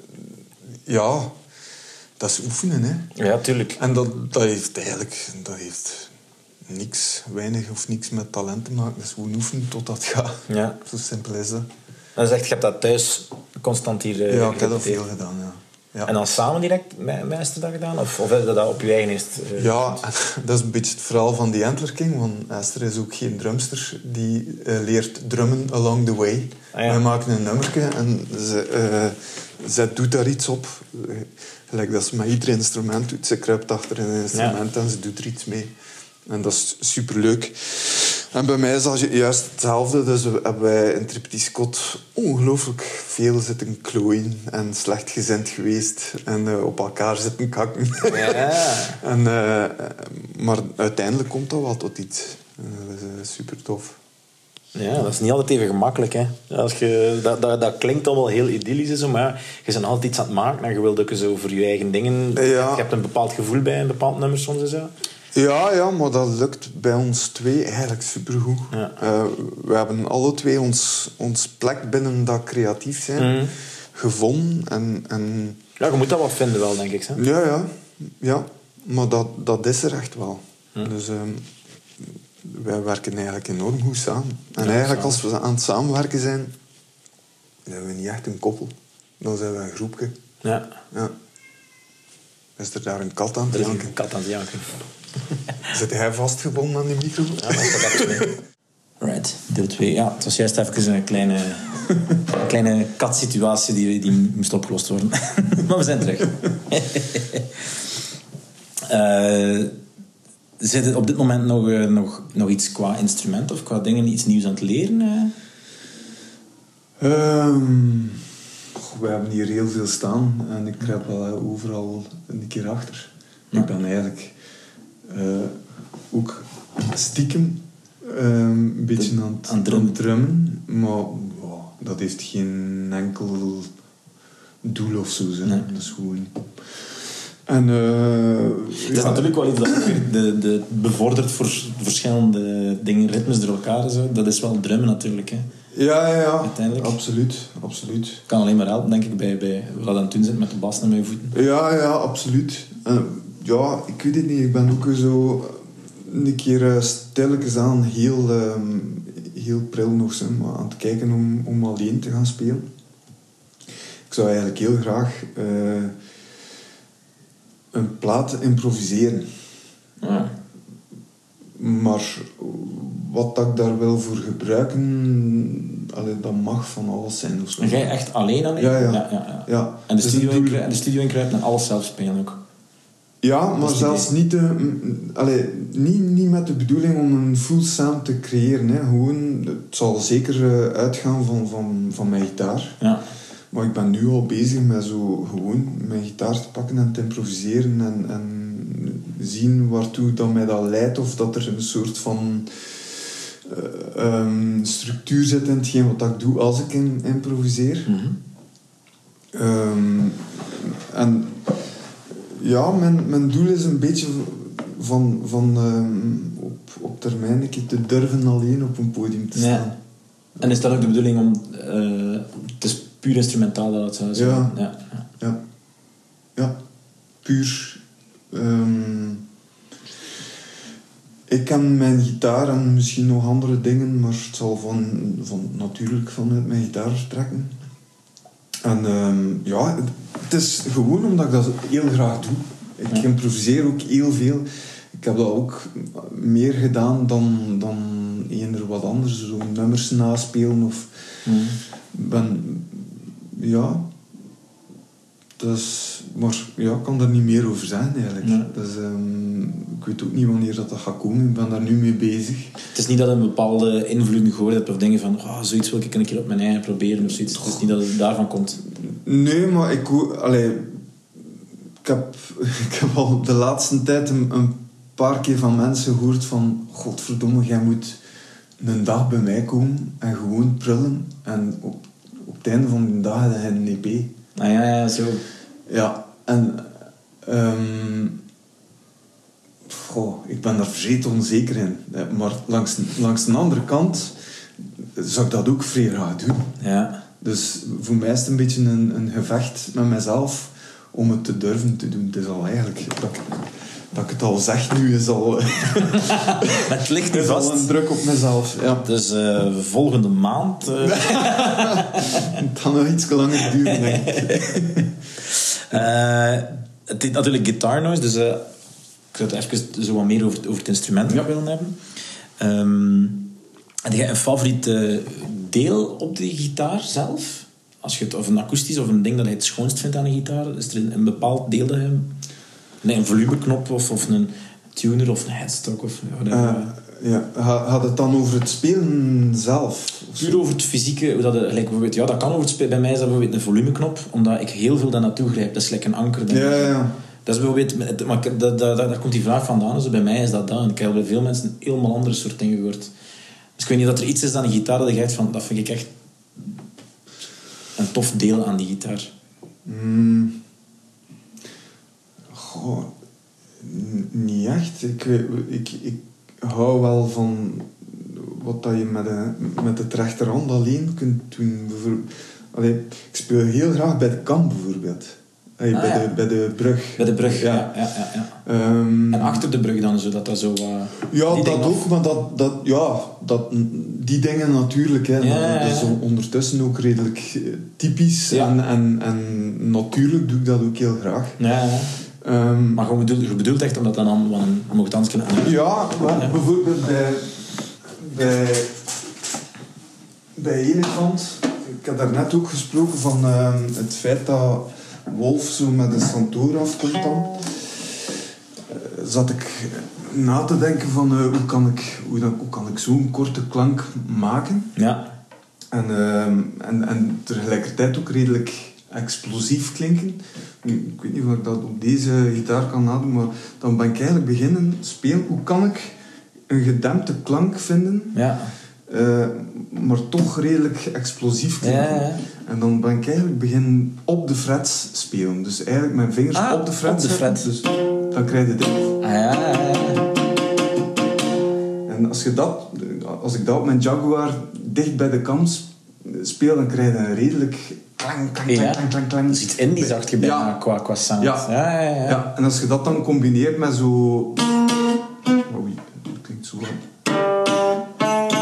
ja, dat is oefenen, hè. Ja, tuurlijk. En dat, dat heeft eigenlijk... Dat heeft niks, weinig of niks met talent te maken. Dat is gewoon oefenen totdat het gaat. Ja. Zo simpel is dat. Dat is echt, je hebt dat thuis constant hier uh, Ja, ik heb dat gerepeteerd. veel gedaan, ja. Ja. En dan samen direct met meester dat gedaan? Of, of heb je dat op je eigen eerst? Uh, Ja, dat is een beetje het verhaal van die Antler King. Want Esther is ook geen drumster. Die uh, leert drummen along the way. Ah, ja. Wij maken een nummerke en ze, uh, zij doet daar iets op. Uh, gelijk dat ze met ieder instrument doet. Ze kruipt achter een instrument ja. en ze doet er iets mee. En dat is superleuk. En bij mij is dat juist hetzelfde. Dus we hebben wij in Triptychot ongelooflijk veel zitten klooien en slechtgezind geweest en uh, op elkaar zitten kakken. Ja. en, uh, maar uiteindelijk komt dat wel tot iets. Uh, dat is uh, super tof. Ja, dat is niet altijd even gemakkelijk. Hè. Als je, dat, dat, dat klinkt allemaal heel idyllisch en zo, maar ja, je bent altijd iets aan het maken en je wilt ook zo voor je eigen dingen. Ja. Je hebt een bepaald gevoel bij een bepaald nummer soms en zo. Ja, ja, maar dat lukt bij ons twee eigenlijk supergoed. Ja. Uh, we hebben alle twee ons, ons plek binnen dat creatief zijn mm. gevonden. En, en... Ja, je moet dat wel vinden wel, denk ik. Hè? Ja, ja, ja. Maar dat, dat is er echt wel. Mm. Dus uh, wij werken eigenlijk enorm goed samen. En ja, eigenlijk samen. Als we aan het samenwerken zijn, dan zijn we niet echt een koppel. Dan zijn we een groepje. Ja. Ja. Is er daar een kat aan te janken? Er is een kat aan het janken. Zit hij vastgebonden aan die micro? Ja, dat is dat mee. Right, deel twee. Ja, het was juist even een kleine, een kleine katsituatie die, die moest opgelost worden. Maar we zijn terug. uh, zit er op dit moment nog, uh, nog, nog iets qua instrument of qua dingen, iets nieuws aan het leren? Uh? Um, we hebben hier heel veel staan en ik heb wel overal een keer achter. Ja. Ik ben eigenlijk... Uh, ook stiekem uh, een beetje de, aan het, aan drummen. drummen, maar wow, dat heeft geen enkel doel of zo. Nee. Dat is gewoon... En, uh, het is ja. natuurlijk wel iets dat de, de bevordert voor verschillende dingen, ritmes door elkaar. Zo. Dat is wel drummen natuurlijk. Hè. Ja, ja, ja. Uiteindelijk. Absoluut, absoluut. Kan alleen maar helpen, denk ik, bij, bij wat aan het doen zit met de bas naar mijn voeten. Ja, ja, absoluut. Uh, ja, ik weet het niet. Ik ben ook zo een keer uh, stilletjes aan heel, um, heel pril nog zo, maar aan het kijken om, om alleen te gaan spelen. zou eigenlijk heel graag uh, een plaat improviseren. Ja. Maar wat dat ik daar wil voor gebruiken, allee, dat mag van alles zijn. Of zo. En jij echt alleen alleen? Ja, ja. ja, ja, ja. ja. En de dus studio, doel... in, en de studio inkruipen en alles zelf spelen ook? Ja, maar zelfs niet, de, allee, niet, niet met de bedoeling om een full sound te creëren. Hè. Gewoon, het zal zeker uh, uitgaan van, van, van mijn gitaar. Ja. Maar ik ben nu al bezig met zo gewoon mijn gitaar te pakken en te improviseren en, en zien waartoe dat mij dat leidt, of dat er een soort van uh, um, structuur zit in hetgeen wat ik doe als ik in, improviseer. Mm-hmm. Um, en ja, mijn, mijn doel is een beetje van, van um, op, op termijn een keer te durven alleen op een podium te staan. Ja. En is dat ook de bedoeling om... Uh, het is puur instrumentaal dat het zou zijn? Ja. Ja. Ja. Ja. Ja. Puur... Um, ik ken mijn gitaar en misschien nog andere dingen, maar het zal van, van, natuurlijk vanuit mijn gitaar vertrekken. En um, ja, het is gewoon omdat ik dat heel graag doe. Ik ja. improviseer ook heel veel. Ik heb dat ook meer gedaan dan, dan eender wat anders. Zo nummers naspelen of... Mm. Ben... Ja... Dus, maar ja, ik kan daar niet meer over zeggen eigenlijk. Ja. Dus, um, ik weet ook niet wanneer dat, dat gaat komen. Ik ben daar nu mee bezig. Het is niet dat je een bepaalde invloeden gehoord hebt of dingen van oh, zoiets wil ik een keer op mijn eigen proberen of zoiets. Het is niet dat het daarvan komt. Nee, maar ik... Allee, ik, heb, ik heb al de laatste tijd een, een paar keer van mensen gehoord van godverdomme, jij moet een dag bij mij komen en gewoon prullen. En op, op het einde van de dag heb je een E P. Ah ja, ja, zo. Ja, en... Um, goh, ik ben daar vreed onzeker in. Maar langs, langs de andere kant zou ik dat ook vrij graag doen. Ja. Dus voor mij is het een beetje een, een gevecht met mezelf om het te durven te doen. Het is al eigenlijk... Dat ik, dat ik het al zeg nu is al... het ligt nu is vast. al een druk op mezelf. Ja. Dus uh, volgende maand... Uh... het gaat nog iets langer duren, denk ik. uh, het is natuurlijk Guitar Noise, dus uh, ik zou het even zo wat meer over het, over het instrument ja. willen hebben. Um, heb jij een favoriet uh, deel op de gitaar zelf? Als je het, of een akoestisch of een ding dat je het schoonst vindt aan een gitaar, is er een, een bepaald deel dat je... Nee, een volumeknop of, of een tuner of een headstock of... Ja, uh, ja. Had het dan over het spelen zelf? Puur over het fysieke, hoe dat, gelijk bijvoorbeeld, ja, dat kan over het spelen. Bij mij is dat bijvoorbeeld een volumeknop, omdat ik heel veel daar naartoe grijp. Dat is gelijk een anker. Ja, ja, ja. Dat is bijvoorbeeld, maar dat, dat, daar komt die vraag vandaan. Dus bij mij is dat dat. En ik heb bij veel mensen een helemaal andere soort dingen gehoord. Dus ik weet niet dat er iets is dan een gitaar dat je echt van, dat vind ik echt een tof deel aan die gitaar. Mm. Goh, n- niet echt. Ik, ik, ik hou wel van wat dat je met, een, met het rechterhand alleen kunt doen. Allee, ik speel heel graag bij de kam bijvoorbeeld. Allee, ah, bij, ja. de, bij de brug. Bij de brug, ja. ja, ja, ja. Um, en achter de brug dan, zodat dat zo... Uh, ja, dat ook, of... maar dat, dat, ja, dat, die dingen natuurlijk. Hè, ja, ja, ja. Dat is ondertussen ook redelijk typisch. Ja. En, en, en natuurlijk doe ik dat ook heel graag. Ja, ja. Um, maar je bedoelt, je bedoelt echt omdat dat dan om het anders kunnen... Ja, maar ja. bijvoorbeeld bij, bij, bij Elefant. Ik heb daarnet ook gesproken van uh, het feit dat Wolf zo met een Santoor afkomt dan. Uh, zat ik na te denken van uh, hoe, kan ik, hoe, dan, hoe kan ik zo'n korte klank maken. Ja. En, uh, en, en tegelijkertijd ook redelijk explosief klinken. Ik weet niet of ik dat op deze gitaar kan nadoen, maar dan ben ik eigenlijk beginnen spelen. Hoe kan ik een gedempte klank vinden, ja. uh, maar toch redelijk explosief klinken? Ja, ja. En dan ben ik eigenlijk beginnen op de frets spelen. Dus eigenlijk mijn vingers ah, op de fret op de fret. Dus dan krijg je dit. Ah, ja, ja, ja. En als, je dat, als ik dat op mijn Jaguar dicht bij de kam speel, dan krijg je een redelijk... Klang, klang, ja. klang, klang, klang. Dus iets indisch achter je bijna ja. qua, qua sound. Ja. Ja, ja, ja. ja. En als je dat dan combineert met zo... Oei, dat klinkt zo lang.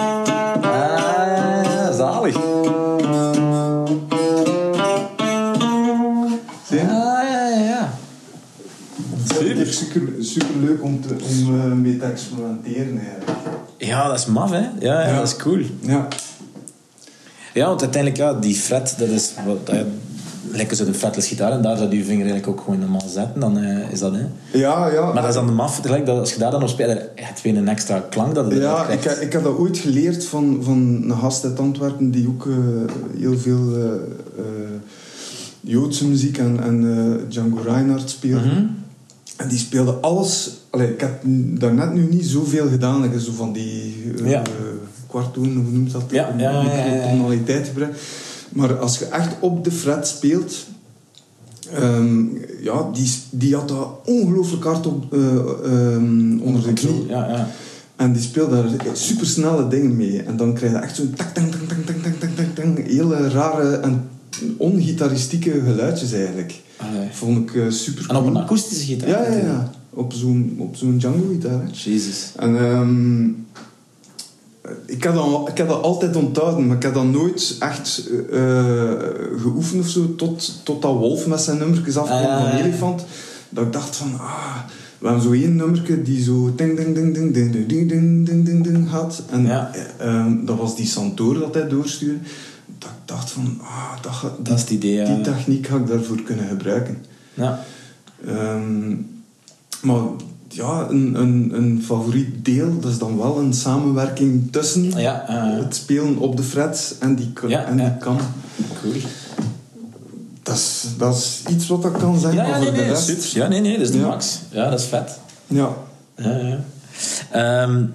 Ah, zalig. eigenlijk super, super leuk om, te, om uh, mee te experimenteren eigenlijk. Ja, dat is maf, hè? Ja, ja, ja. Dat is cool. Ja. Ja, want uiteindelijk, ja, die fret, dat is... Wat, ja, lekker zo de fretless gitaar en daar zou je je vinger eigenlijk ook gewoon normaal zetten, dan uh, is dat, hè. Ja, ja. Maar dat is dan de maf, tegelijk, dat als je daar dan op speelt, heb je weer een extra klank dat je ja, krijgt. ik, ik heb dat ooit geleerd van, van een gast uit Antwerpen die ook uh, heel veel uh, uh, Joodse muziek en, en uh, Django Reinhardt speelde. Mm-hmm. En die speelde alles... Allee, ik heb daarnet nu niet zoveel gedaan, like, zo van die uh, ja. uh, kwartoon, hoe noemt dat? Ja, ja, ja, ja, ja. Tonaliteit gebruikt. Maar als je echt op de fret speelt... Um, ja, die, die had dat ongelooflijk hard op, uh, um, onder de knie. Ja, ja. En die speelde daar supersnelle dingen mee. En dan krijg je echt zo'n tak, tak, tak, tak, tak, tak, tak, tak, tak, hele rare en ongitaristieke geluidjes eigenlijk. Allee. Vond ik uh, super cool. En op een akoestische gitaar? Ja, ja, ja. Op zo'n, op zo'n Django-gitaar. Jezus. En um, ik, heb dat, ik heb dat altijd onthouden, maar ik heb dat nooit echt uh, geoefend of zo, tot, tot dat Wolf met zijn nummertjes afkwam ah, van Elefant. Dat ik dacht van, ah, we hebben zo één nummertje die zo ding ding ding ding ding ding ding ding ding ding ding had. En ja. um, dat was die Santoor dat hij doorstuurde. Dat ik dacht van, ah, dat, ga, dat is het idee, ja. Die techniek ga ik daarvoor kunnen gebruiken. Ja. Um, maar ja, een, een, een favoriet deel, dat is dan wel een samenwerking tussen ja, uh, het spelen op de frets en die, ja, en die ja. kam. Cool. Dat is, dat is iets wat ik kan zeggen ja, ja, over nee, de nee, rest. Super. Ja, nee, nee, dat is de ja. max. Ja, dat is vet. Ja. ja, ja. Um,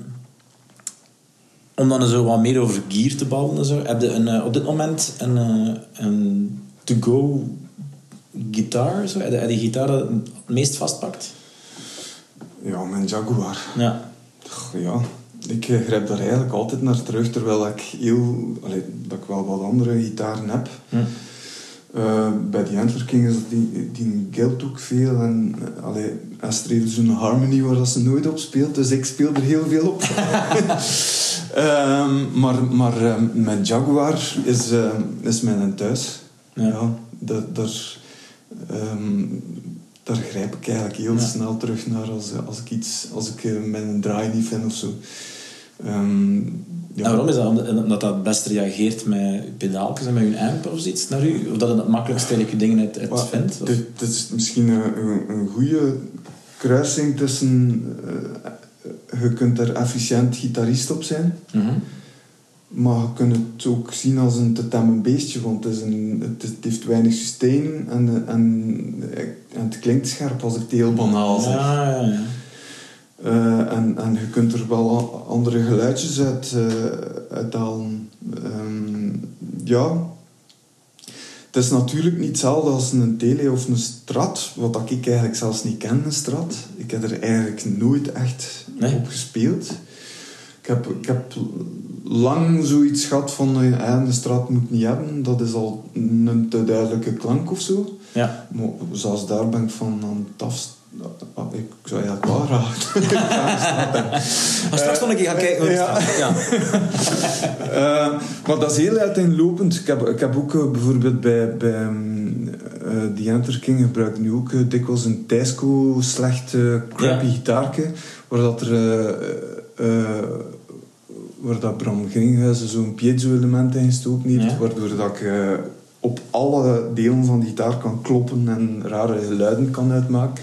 om dan zo wat meer over gear te babbelen, zo, heb je een, uh, op dit moment een, uh, een to-go gitaar? Zo? Heb je, heb je gitaar dat het meest vastpakt? Ja, mijn Jaguar. Ja. Ja, ik grijp daar eigenlijk altijd naar terug, terwijl ik heel... Allee, dat ik wel wat andere gitaren heb. Hm. Uh, bij die Antler King is dat die, die geldt ook veel. En uh, allee, Esther heeft zo'n Harmony waar dat ze nooit op speelt, dus ik speel er heel veel op. uh, maar maar uh, mijn Jaguar is, uh, is mijn thuis. Ja. Ja, dat, daar, um, daar grijp ik eigenlijk heel ja. snel terug naar als, als ik iets, als ik uh, mijn draai niet vind of zo. Um, ja. En waarom is dat? Omdat dat het best reageert met pedaaltjes en met je amp of zoiets naar u? Of dat het het makkelijkste eigenlijk je dingen uit, uit well, vindt? Dit, dit is misschien een, een, een goede kruising tussen... Uh, je kunt er efficiënt gitarist op zijn. Mm-hmm. Maar je kunt het ook zien als een te temmen beestje. Want het, is een, het, het heeft weinig sustain. En, en, en het klinkt scherp als ik het heel banaal zeg. Ja, ja, ja. Uh, en, en je kunt er wel andere geluidjes uit, uh, uit halen. Um, ja. Het is natuurlijk niet hetzelfde als een Tele of een Strat. Wat ik eigenlijk zelfs niet ken, een Strat. Ik heb er eigenlijk nooit echt nee. op gespeeld. Ik heb, ik heb lang zoiets gehad van... Uh, een Strat moet ik niet hebben. Dat is al een te duidelijke klank of zo. Ja. Maar zelfs daar ben ik van aan het afstappen. Ik zou eigenlijk wel graag. Maar straks nog een keer gaan kijken hoe het ja. staat. Ja. uh, maar dat is heel uiteenlopend. Ik heb, ik heb ook uh, bijvoorbeeld bij, bij um, uh, The Enter King gebruik ik nu ook uh, dikwijls een Teisco slecht uh, crappy ja. gitaarke, waar dat er uh, uh, waar dat Bram Gringhuizen zo'n piezo-element in gestoken heeft, ja. waardoor dat ik uh, op alle delen van de gitaar kan kloppen en rare geluiden kan uitmaken.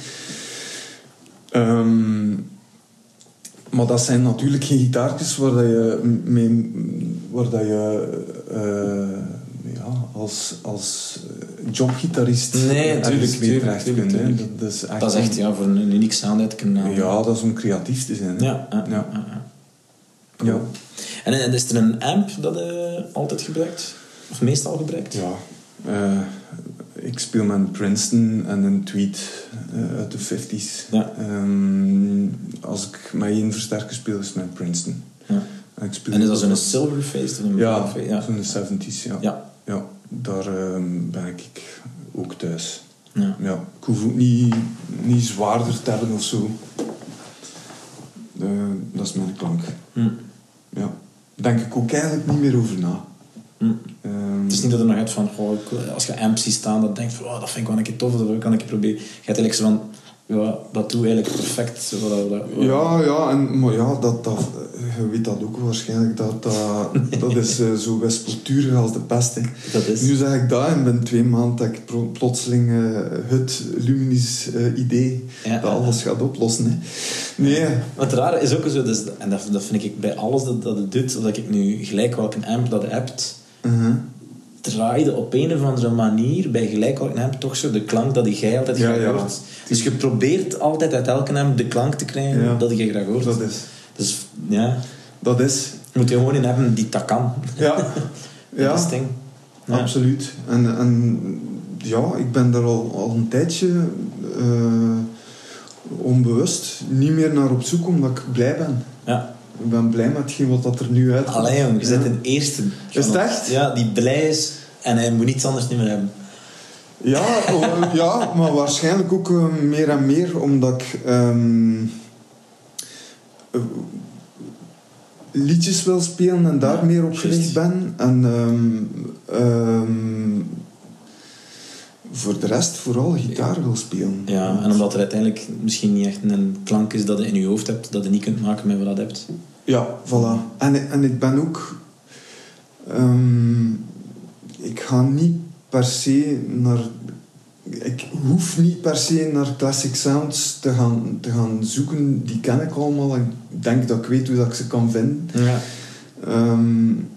Um, maar dat zijn natuurlijk geen gitaartjes waar dat je, mee, waar dat je uh, ja, als, als jobgitarist nee, natuurlijk mee terecht kunt. Dat, dat is echt, dat is echt ja, voor een uniek sound uit kunnen. Ja, dat is om creatief te zijn. Ja, ja, ja. ja, ja. Cool. Ja. En, en is er een amp dat je altijd gebruikt? Of meestal gebruikt? Ja. Uh, ik speel met een Princeton en een Tweed uh, uit de vijftiger. Ja. Um, als ik met één versterker speel, is het met Princeton. Ja. En, ik speel en is dat zo'n Silverface? Of een ja, face? Ja, zo'n zeventig's. Ja. Ja. Ja, daar um, ben ik ook thuis. Ja. Ja, ik hoef ook niet, niet zwaarder te hebben of zo. Uh, dat is mijn klank. Hm. Ja. Denk ik ook eigenlijk niet meer over na. Hm. Um, het is niet dat er nog uit van, oh, als je amps ziet staan, dat denkt van, oh, dat vind ik wel een keer tof, dat kan ik proberen. Je hebt eigenlijk zo van, ja, dat doet eigenlijk perfect. Wat, wat, wat. Ja, ja, en, maar ja, dat, dat, je weet dat ook waarschijnlijk. Dat, dat, dat is uh, zo wispelturig als de pest. Hè. Dat is. Nu zeg ik dat en binnen twee maanden dat ik plotseling uh, het Luminis uh, idee ja, dat alles gaat oplossen. Hè. Nee. Maar het rare is ook zo, dus, en dat, dat vind ik bij alles dat, dat het doet, dat ik nu gelijk welke amp dat hebt, uh-huh. draaide op een of andere manier bij gelijk welke amp toch zo de klank dat jij altijd ja, graag ja. hoort. Dus je probeert altijd uit elke amp de klank te krijgen ja. dat je graag hoort. Dat is. Dus ja. Dat is. Je moet je gewoon in hebben die dat kan. Ja. dat ja. is het ding. Ja. Absoluut. En, en ja, ik ben daar al, al een tijdje uh, onbewust niet meer naar op zoek, omdat ik blij ben. Ja. Ik ben blij met hetgeen wat dat er nu uitkomt. Allee jong, je zit in de eerste. Is het echt? Ja, die blij is en hij moet niets anders niet meer hebben. Ja, oh, ja maar waarschijnlijk ook uh, meer en meer, omdat ik um, uh, liedjes wil spelen en daar ja, meer op gericht ben. En um, um, voor de rest vooral gitaar wil spelen. Ja, en omdat er uiteindelijk misschien niet echt een klank is dat je in je hoofd hebt, dat je niet kunt maken met wat je hebt. Ja, voilà. En, en ik ben ook... Um, ik ga niet per se naar... Ik hoef niet per se naar classic sounds te gaan, te gaan zoeken. Die ken ik allemaal. Ik denk dat ik weet hoe dat ik ze kan vinden. Ja. Um,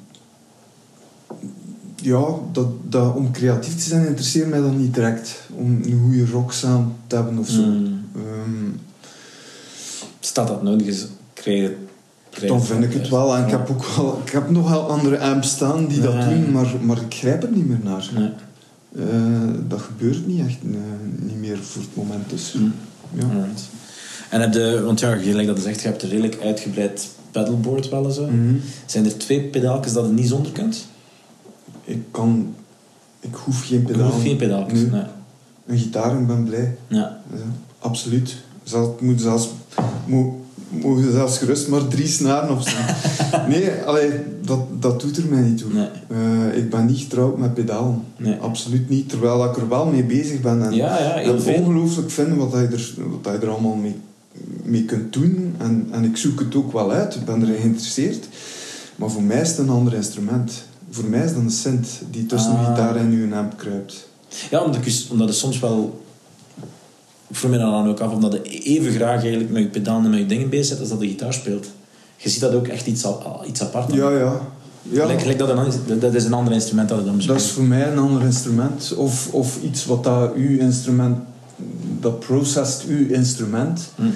ja, dat, dat, om creatief te zijn interesseert mij dan niet direct. Om een goede rocksound te hebben of zo. Mm. Um, Staat dat nodig is, krijg je... Krijg dan vind ik het wel. En ja. ik heb ook wel... Ik heb nog wel andere amps staan die dat ja. doen, maar, maar ik grijp er niet meer naar. Nee. Uh, dat gebeurt niet echt uh, niet meer voor het moment. Dus, mm. ja. Alright. En heb de... Want ja, gelijk dat je zegt, je hebt een redelijk uitgebreid pedalboard wel zo. Mm-hmm. Zijn er twee pedaaltjes dat je niet zonder kunt? Ik kan... Ik hoef geen pedaal. Ik hoef geen pedaaltjes, nee. nee. Een gitaar, ik ben blij. Ja. Ja, absoluut. Zal, moet zelfs... Moet, mogen zelfs gerust maar drie snaren op staan. Nee, allee, dat, dat doet er mij niet toe. Nee. Uh, ik ben niet getrouwd met pedalen. Nee. Absoluut niet. Terwijl ik er wel mee bezig ben. En, ja, ja, heel en veel. ongelooflijk vind wat je er, wat je er allemaal mee, mee kunt doen. En, en ik zoek het ook wel uit. Ik ben erin geïnteresseerd. Maar voor mij is het een ander instrument. Voor mij is dat een synth die tussen ah. een gitaar en uw amp kruipt. Ja, omdat, ik, omdat het soms wel... Ik vroeg me dan ook af omdat je even graag eigenlijk met je pedalen en met je dingen bezig bent als dat de gitaar speelt. Je ziet dat ook echt iets, iets apart. Ja, ja. ja. Gelijk, gelijk dat, een, dat is een ander instrument dat je dan bespreekt. Dat is voor mij een ander instrument. Of, of iets wat dat uw instrument... Dat processt uw instrument. Hmm.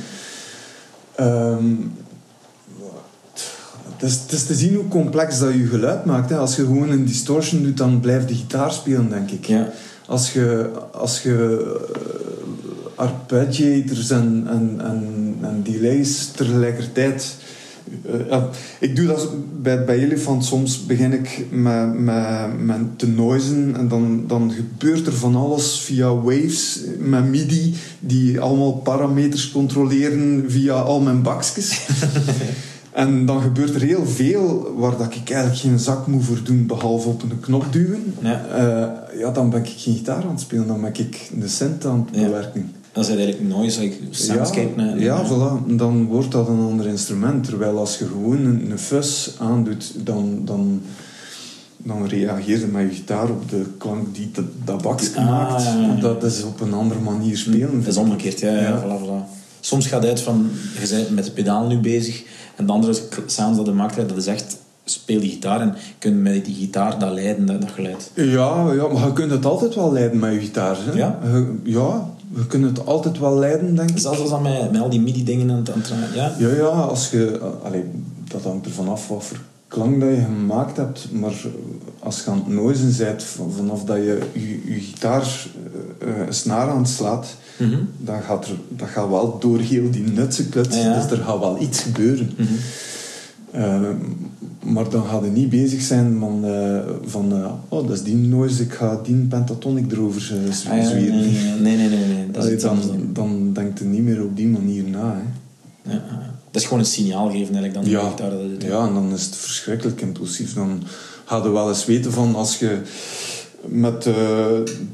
Um, het, is, het is te zien hoe complex dat je geluid maakt. Hè. Als je gewoon een distortion doet, dan blijft de gitaar spelen, denk ik. Ja. Als je... Als je arpeggiators en, en, en, en delays tegelijkertijd. Uh, ja, ik doe dat bij, bij Elephant. Soms begin ik met, met, met te noizen en dan, dan gebeurt er van alles via waves met MIDI die allemaal parameters controleren via al mijn bakjes. En dan gebeurt er heel veel waar dat ik eigenlijk geen zak moet voor doen behalve op een knop duwen. Ja. Uh, ja, dan ben ik geen gitaar aan het spelen, dan ben ik de synth aan het bewerken. Ja. Dat is eigenlijk noise, like soundscape. Ja, ja, voilà. Dan wordt dat een ander instrument. Terwijl als je gewoon een, een fuzz aandoet, dan, dan, dan reageer je met je gitaar op de klank die dat, dat bakje ah, maakt. Ja, ja. Dat is op een andere manier spelen. Dat is omgekeerd, ja. ja, ja. Voilà, voilà. Soms gaat het uit van, je bent met de pedaal nu bezig en de andere sounds dat je maakt, dat is echt... Speel die gitaar en kun je met die gitaar dat leiden, dat, dat geluid. Ja, ja, maar je kunt het altijd wel leiden met je gitaar. Hè? Ja? Je, ja, je kunt het altijd wel leiden, denk ik. Zelfs als dan met, met al die midi-dingen aan het aan, ja? Ja, ja, als je... Allee, dat hangt er vanaf wat voor klank dat je gemaakt hebt. Maar als je aan het noizen bent, vanaf dat je je, je gitaar uh, een snaar aanslaat, mm-hmm. dan gaat er, dat gaat wel door heel die nutse kut. Ja, ja. Dus er gaat wel iets gebeuren. Mm-hmm. Uh, maar dan ga je niet bezig zijn van, uh, van uh, oh, dat is die noise, ik ga die pentatonic erover uh, zwieren. Ah, ja, nee, nee, nee, nee, nee. Dat Allee, is dan, dan, dan denkt je niet meer op die manier na. Hè. Ja, dat is gewoon een signaal geven eigenlijk dan. Ja, gitaar, dat het ja, en dan is het verschrikkelijk impulsief. Dan ga je wel eens weten van als je met... Uh,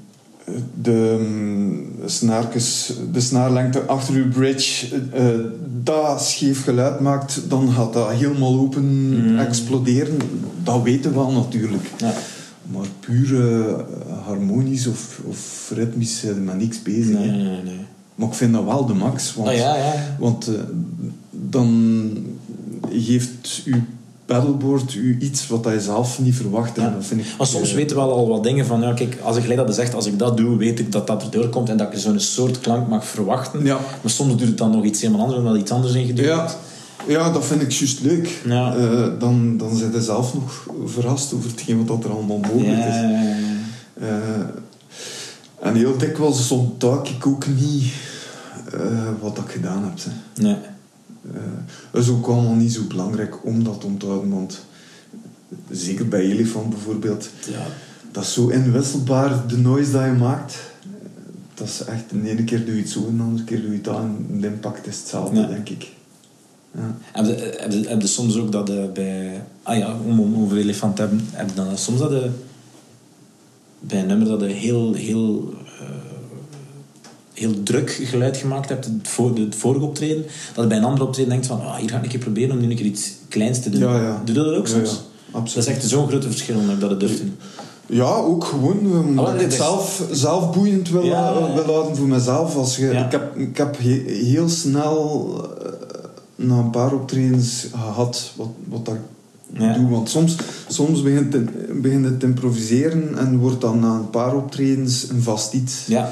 de um, snaartjes, de snaarlengte achter uw bridge, uh, dat scheef geluid maakt, dan gaat dat helemaal open mm. exploderen. Dat weten we wel natuurlijk. Ja. Maar puur uh, harmonisch of, of ritmisch zijn we met niks bezig. Nee, nee, nee. Maar ik vind dat wel de max. Want, oh, ja, ja. want uh, dan geeft uw paddleboard u iets wat je zelf niet verwacht. Ja. Dat vind ik, maar soms uh, weten we wel al wat dingen van, ja, kijk, als ik gelijk dat zegt, als ik dat doe, weet ik dat dat erdoor komt en dat ik zo'n soort klank mag verwachten. Ja. Maar soms doet het dan nog iets helemaal anders, omdat iets anders in gedoe ja. Ja, dat vind ik juist leuk. Ja. Uh, dan, dan zijn je zelf nog verrast over hetgeen wat er allemaal mogelijk is. Ja, ja, ja. Uh, en heel dikwijls ontduik ik ook niet uh, wat ik gedaan heb. Hè. Nee. Uh, dat is ook allemaal niet zo belangrijk om dat te onthouden, want zeker bij Elefant bijvoorbeeld, ja. dat is zo inwisselbaar, de noise dat je maakt. Dat is echt, de ene keer doe je het zo en de andere keer doe je het aan. De impact is hetzelfde, ja. denk ik. Ja. Heb, je, heb, je, heb je soms ook dat uh, bij... Ah ja, om, om over Elefant te hebben, heb je dan soms dat je, bij een nummer dat je heel, heel, uh, heel druk geluid gemaakt hebt, het, voor, het vorige optreden, dat je bij een ander optreden denkt van, ah, hier ga ik een keer proberen om nu een keer iets kleins te doen. Ja, ja. Doe je dat ook soms? Ja, ja, absoluut. Dat is echt zo'n grote verschil omdat ik dat het durf doen. Ja, ook gewoon omdat ah, ik het zelf, zelf boeiend wil, ja, ja, ja. wil houden voor mezelf. Als je, ja. ik, heb, ik heb he, heel snel uh, na een paar optredens gehad wat, wat ik ja. doe. Want soms, soms begint het, begint het te improviseren en wordt dan na een paar optredens een vast iets. Ja.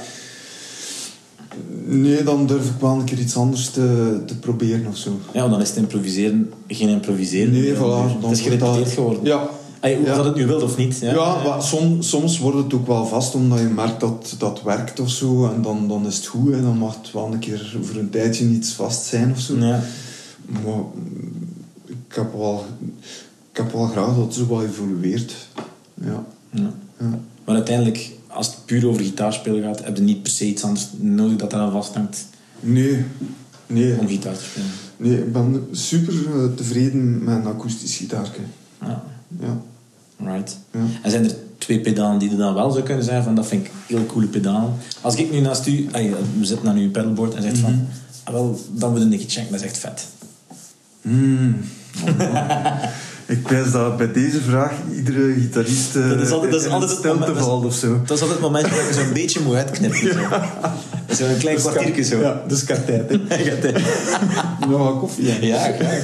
Nee, dan durf ik wel een keer iets anders te, te proberen of zo. Ja, dan is het improviseren geen improviseren. Nee, voilà. Dan het is gerepeteerd dat... geworden. Ja. Ay, of ja. dat het nu wilt of niet. Ja, ja, maar soms, soms wordt het ook wel vast omdat je merkt dat dat werkt of zo. En dan, dan is het goed. Hè. Dan mag het wel een keer voor een tijdje iets vast zijn of zo. Ja. Maar ik heb wel, ik heb wel graag dat het zo wat evolueert. Ja. Ja. Ja. Maar uiteindelijk, als het puur over gitaarspelen gaat, heb je niet per se iets anders nodig dat eraan vasthangt. Nee. nee. Om gitaar te spelen. Nee, ik ben super tevreden met een akoestisch gitaartje. Ja. Ja. Right. Ja. En zijn er twee pedalen die er dan wel zou kunnen zijn van dat vind ik heel coole pedalen. Als ik nu naast u, ay, we zitten aan uw pedalboard en zegt mm-hmm. van, ah, wel, dan moet je een keer checken, dat is echt vet. Mm. Oh, ik wijs dat bij deze vraag iedere gitarist uh, dat is altijd, dat is altijd het moment, te valt of zo. Dat is altijd het moment dat je zo'n beetje moet uitknippen. Ja. Zo. Zo'n klein dus kwartiertje zo. Ja, dus ik heb tijd. Nog wat koffie? Hè? Ja, graag.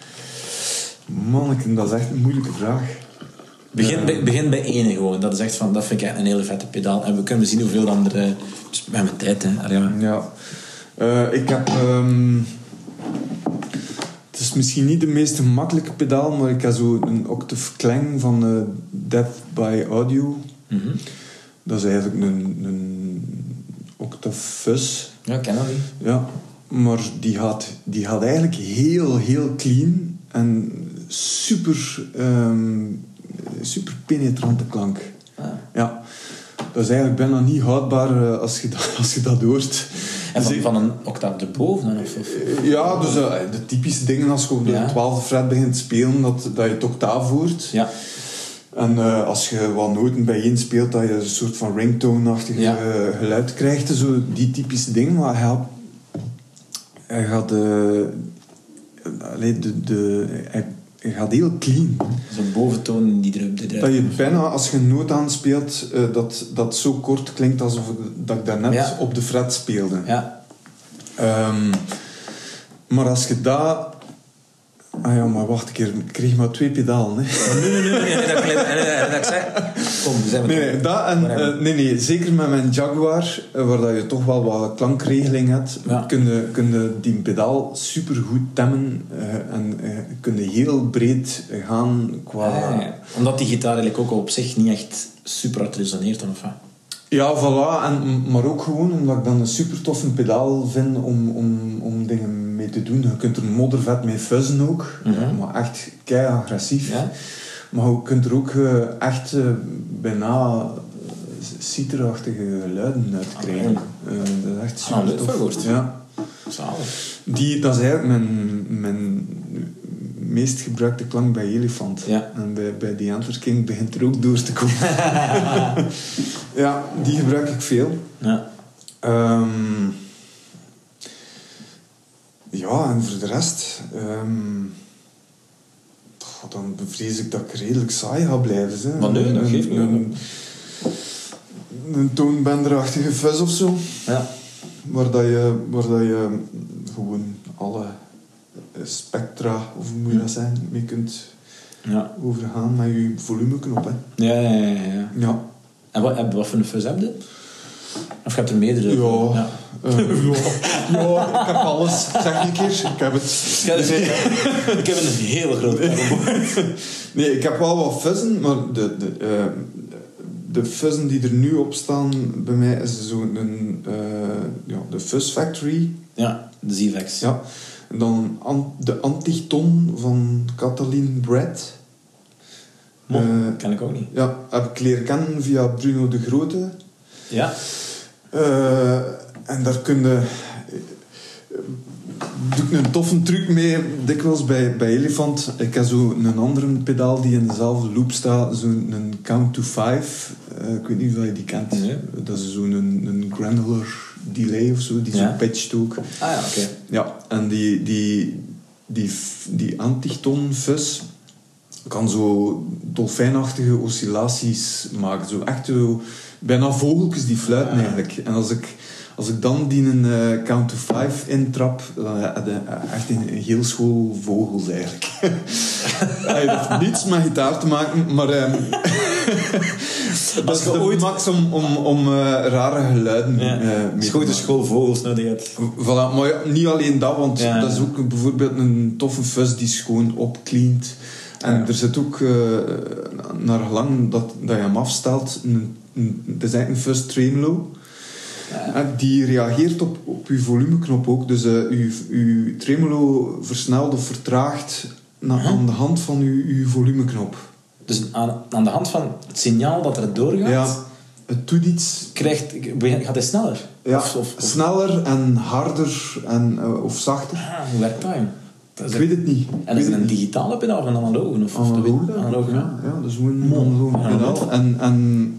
Manneken, dat is echt een moeilijke vraag. Begin, be, begin bij ene gewoon. Dat is echt van, dat vind ik echt een hele vette pedaal. En we kunnen zien hoeveel dan er... Uh, dus met mijn tijd, hè. Arja. Ja. Uh, ik heb... Um, het is misschien niet de meest gemakkelijke pedaal, maar ik heb zo een octave klang van uh, Death by Audio. Mm-hmm. Dat is eigenlijk een, een octave fuzz. Ja, ik ken dat niet. Ja. Maar die gaat, die gaat eigenlijk heel, heel clean en super, um, super penetrante klank. Ah. Ja. Dat is eigenlijk bijna niet houdbaar uh, als, je dat, als je dat hoort. En van, van een octaaf erboven? Of, of? Ja, dus uh, de typische dingen als je op de ja. twaalfde fret begint te spelen, dat, dat je het octaaf hoort. Ja. En uh, als je wat noten bijeen speelt, dat je een soort van ringtone-achtig ja. uh, geluid krijgt. Zo die typische dingen. Maar hij, hij gaat... Uh, allee, de, de, hij, hij gaat heel clean. Zo'n boventoon die eruit... Die dat je bijna, als je een noot aanspeelt, uh, dat dat zo kort klinkt alsof ik, dat ik daarnet ja. op de fret speelde. Ja. Um, maar als je dat... Ah ja, maar wacht een keer. Ik kreeg maar twee pedalen. Hè. Nee, nee, nee. nee, nee, dat, nee, nee, dat ik zei... Kom, we zijn nee, nee, dat en, uh, nee, nee, zeker met mijn Jaguar, uh, waar dat je toch wel wat klankregeling hebt, ja. kun je, kun je die pedaal supergoed temmen uh, en uh, kun je heel breed gaan qua... Ja, ja, ja. Omdat die gitaar eigenlijk ook op zich niet echt super hard resoneert, of wat? Ja, voilà. En, maar ook gewoon omdat ik dan een super toffe pedaal vind om, om, om dingen mee te doen. Je kunt er moddervet mee fuzzen ook, mm-hmm. maar echt kei agressief. Ja? Maar je kunt er ook uh, echt uh, bijna citerachtige geluiden uit krijgen. Ah, uh, dat is echt super ah, tof. Ja. Zalig. Die, dat is eigenlijk mijn, mijn meest gebruikte klank bij Elefant. Ja. En bij, bij The Antler King begint er ook door te komen. Ja, die gebruik ik veel. Ja. Um, ja, en voor de rest... Um, oh, dan bevrees ik dat ik redelijk saai ga blijven. Hè. Maar nee, dat een, geeft niet. Een, een toonbenderachtige fuzz of zo. Ja. Waar, dat je, waar dat je gewoon alle spectra, of hoe moet je dat zijn, mee kunt Ja. overgaan met je volumeknop. Hè. Ja, ja, ja, ja. Ja. En wat, wat voor een fuzz heb je? Of je hebt er meerdere? Ja. Ja. Uh, ja. ja, ik heb alles. Zeg een keer, ik heb het. Ja, dus ik heb een hele grote pedalboard. Nee, ik heb wel wat fuzzen, maar de, de, uh, de fuzzen die er nu op staan bij mij is zo'n uh, ja, de Fuzz Factory. Ja, de Z-Vex. Ja. En dan an, de Antichton van Kathleen Brett. Mo, Uh, ken ik ook niet. Ja, heb ik leren kennen via Bruno de Grote. Ja. Uh, en daar kun je... Doe ik een toffe truc mee, dikwijls bij, bij Elefant. Ik heb zo een andere pedaal die in dezelfde loop staat, zo'n Count to Five. Uh, ik weet niet of je die kent. Nee. Dat is zo'n een, een granular delay of zo, die Ja. zo pitcht ook. Ah ja, oké. Okay. Ja, en die, die, die, die Antichton fuzz kan zo dolfijnachtige oscillaties maken. Zo echt zo, bijna vogeltjes die fluiten ah. eigenlijk. En als ik... Als ik dan die een uh, count to five intrap, dan heb je echt een, een heel school vogels eigenlijk. Dat heeft niets met gitaar te maken, maar um, dat is de ooit... max om, om, om uh, rare geluiden ja. uh, mee te maken. Schoten school vogels nodig hebt. Voilà, maar ja, niet alleen dat, want ja. dat is ook bijvoorbeeld een toffe fuzz die schoon opcleant. En ja. er zit ook, uh, naar gelang dat, dat je hem afstelt, een, een, het is eigenlijk een fuzz tremolo. Ja. Die reageert op, op uw volumeknop ook. Dus uh, uw, uw tremolo versnelt of vertraagt na, huh? aan de hand van uw, uw volumeknop. Dus aan, aan de hand van het signaal dat er doorgaat... Ja, het doet iets... Krijgt, gaat hij sneller? Ja, of, of, of... sneller en harder en, uh, of zachter. Ah, hoe werkt dat? dat ik weet het niet. En is het een digitale pedaal of een analoge? Of, analoge, analoge, ja. Ja, dat is gewoon een analoge pedaal. En... en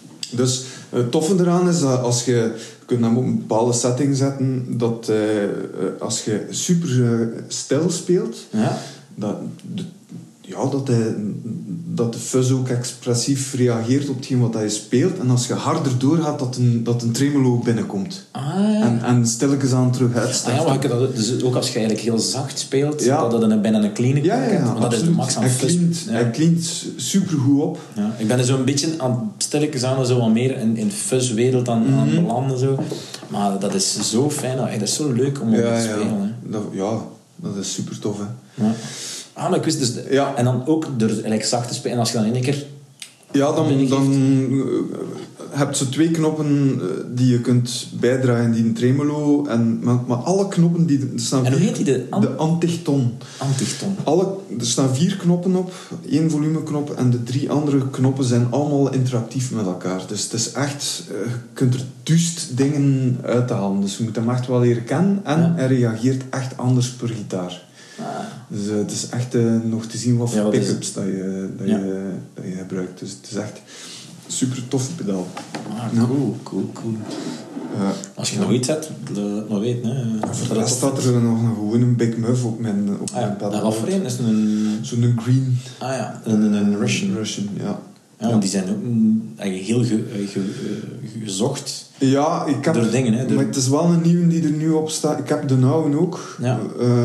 dus het toffe eraan is dat als je, je kunt hem op een bepaalde setting zetten, dat uh, als je super uh, stil speelt, ja. dat, de, ja, dat, hij, dat de fuzz ook expressief reageert op hetgeen wat hij speelt. En als je harder doorgaat, dat een, dat een tremolo binnenkomt. Ah, ja. En, en stilletjes aan terug uitstelt. Ah, ja, maar dat, dus ook als je eigenlijk heel zacht speelt, ja. dat het een, bijna een clean ja, ja, ja, maar dat is de max aan hij fuzz. Cleant, ja. Hij cleant supergoed op. Ja, ik ben er zo'n beetje aan stilletjes aan zo wat meer in, in fuzz-wereld aan, mm-hmm. aan belanden. Zo. Maar dat is zo fijn, dat is zo leuk om op ja, te spelen. Ja. Hè. Dat, ja, dat is super tof. Hè. Ja. Ah, maar ik wist dus... Ja. En dan ook door eigenlijk zacht te spelen. En als je dan in één keer... Ja, dan, dan uh, heb je zo twee knoppen uh, die je kunt bijdragen in die tremolo. En, maar, maar alle knoppen die... Er staan en hoe vier, heet die? De, an- de Antichton. Antichton. Alle, er staan vier knoppen op. één volumeknop. En de drie andere knoppen zijn allemaal interactief met elkaar. Dus het is echt... Uh, je kunt er duist dingen uit halen. Dus je moet hem echt wel leren kennen. En ja. hij reageert echt anders per gitaar. Ah. Dus uh, het is echt uh, nog te zien wat voor ja, wat pick-ups is... dat, je, dat, ja. je, dat je gebruikt. Dus het is echt een super toffe pedaal. Ah, cool, cool, cool. Uh, Als je ja. nog iets hebt, laat maar weten. Hè. Voor de rest staat er nog een, gewoon een Big Muff op mijn, op ah, ja. mijn pedaal. En wat voor een? Is een... Zo'n green. Ah ja, een, een, een Russian. Russian, ja. Ja, want die zijn ook eigenlijk heel ge, ge, ge, gezocht ja, ik heb, door dingen. Hè, door... Maar het is wel een nieuwe die er nu op staat. Ik heb de oude ook. Ja. Uh,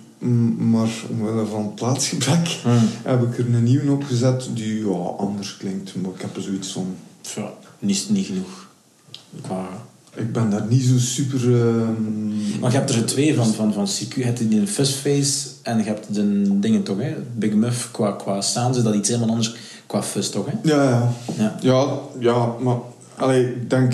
maar omwille van plaatsgebrek hmm. heb ik er een nieuwe op gezet die ja, anders klinkt. Maar ik heb er zoiets van... Ja, niet, niet genoeg. Qua... Ik ben daar niet zo super... Uh... Maar je hebt er zo twee van, van, van C Q. Je hebt die Fuzzface en je hebt de dingen toch, hè? Big Muff qua, qua sound is dat iets helemaal anders qua fuzz toch, hè? Ja, ja. Ja, ja, ja maar... Allee, ik denk...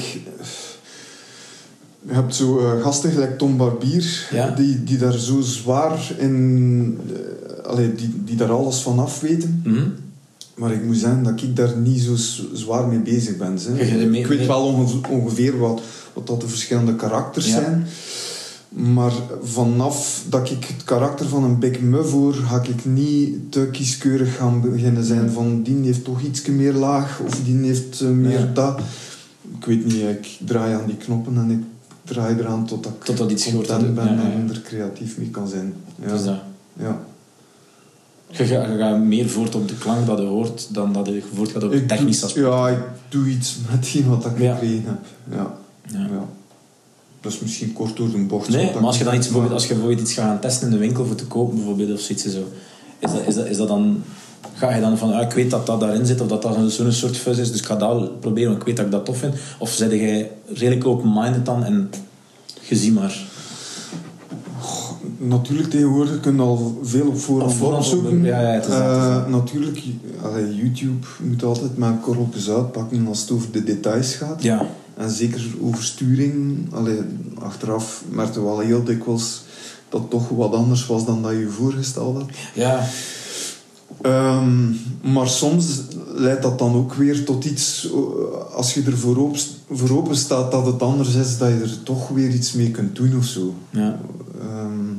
Je hebt zo uh, gasten gelijk Tom Barbier, ja. die, die daar zo zwaar in... Uh, allee, die, die daar alles van af weten. Mm-hmm. Maar ik moet zeggen dat ik daar niet zo zwaar mee bezig ben. Hè. Mee, ik weet mee... wel onge- ongeveer wat, wat dat de verschillende karakters ja. zijn. Maar vanaf dat ik het karakter van een Big Muff hoor, ga ik niet te kieskeurig gaan beginnen zijn van die heeft toch iets meer laag of die heeft uh, meer ja. dat. Ik weet niet, ik draai aan die knoppen en ik draai eraan totdat ik tot dat iets content ben ja, ja. en er creatief mee kan zijn. Ja. Dus dat. Ja. Je gaat, je gaat meer voort op de klank dat je hoort dan dat je voort gaat op het technisch aspect. Ja, ik doe iets met die wat ik ja. gekregen heb. Ja. Ja. Ja. Dat is misschien kort door de bocht. Nee, maar als je dan iets, bijvoorbeeld, als je bijvoorbeeld iets gaat gaan testen in de winkel voor te kopen bijvoorbeeld, of zoiets zo, is dat, is dat, is dat dan... Ga je dan van, ah, ik weet dat dat daarin zit, of dat dat zo'n soort fuzz is, dus ik ga dat proberen, want ik weet dat ik dat tof vind. Of zeg jij redelijk open-minded dan en je ziet maar... Goh, natuurlijk, tegenwoordig kun je al veel op voorhand opzoeken. Ja, ja, het is dat, het is dat. Uh, natuurlijk, allee, YouTube moet altijd met korreltjes uitpakken als het over de details gaat. Ja. En zeker over sturing. Allee, achteraf merkte wel heel dikwijls dat het toch wat anders was dan dat je je voorgesteld had. Ja. Um, maar soms leidt dat dan ook weer tot iets, als je er voor open, voor open staat, dat het anders is, dat je er toch weer iets mee kunt doen of zo. Ja. Um,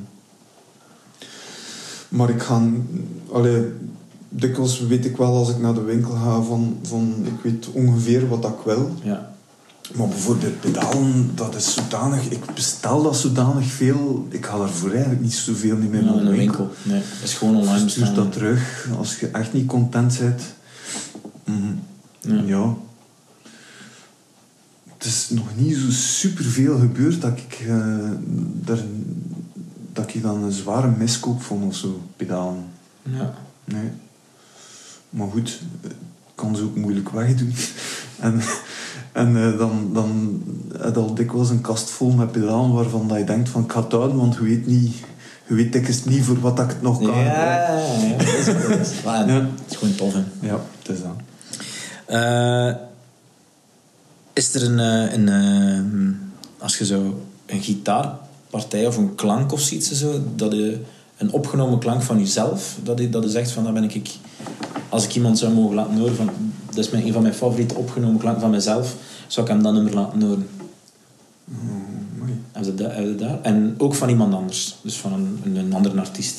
maar ik ga... Allee, dikwijls weet ik wel als ik naar de winkel ga van, van ik weet ongeveer wat ik wil. Ja. Maar bijvoorbeeld pedalen, dat is zodanig... Ik bestel dat zodanig veel... Ik ga daarvoor eigenlijk niet zoveel niet meer ja, naar de winkel. winkel. Nee, dat is gewoon online bestaan. Stuur dat terug. Als je echt niet content bent... Mm, ja. ja. Het is nog niet zo superveel gebeurd dat ik... Uh, daar, dat ik dan een zware miskoop vond of zo, pedalen. Ja. Nee. Maar goed, ik kan ze ook moeilijk wegdoen. en... En uh, dan, dan heb je al dikwijls een kast vol met pedalen waarvan dat je denkt van ik ga het houden, want je weet niet, je weet dikwijls niet voor wat ik het nog kan. Ja, ja, dat is, dat is, ja. Het is gewoon tof, hè. Ja, het is dat. Uh, is er een, een, een, als je zo een gitaarpartij of een klank of zoiets, zo, dat je een opgenomen klank van jezelf, dat je, dat je zegt van, dat ben ik, als ik iemand zou mogen laten horen van, dat is mijn, een van mijn favoriete opgenomen klanken van mezelf, zou ik hem dat nummer laten horen. Oh, mooi. Heb je dat, heb je dat? En ook van iemand anders, dus van een, een andere artiest.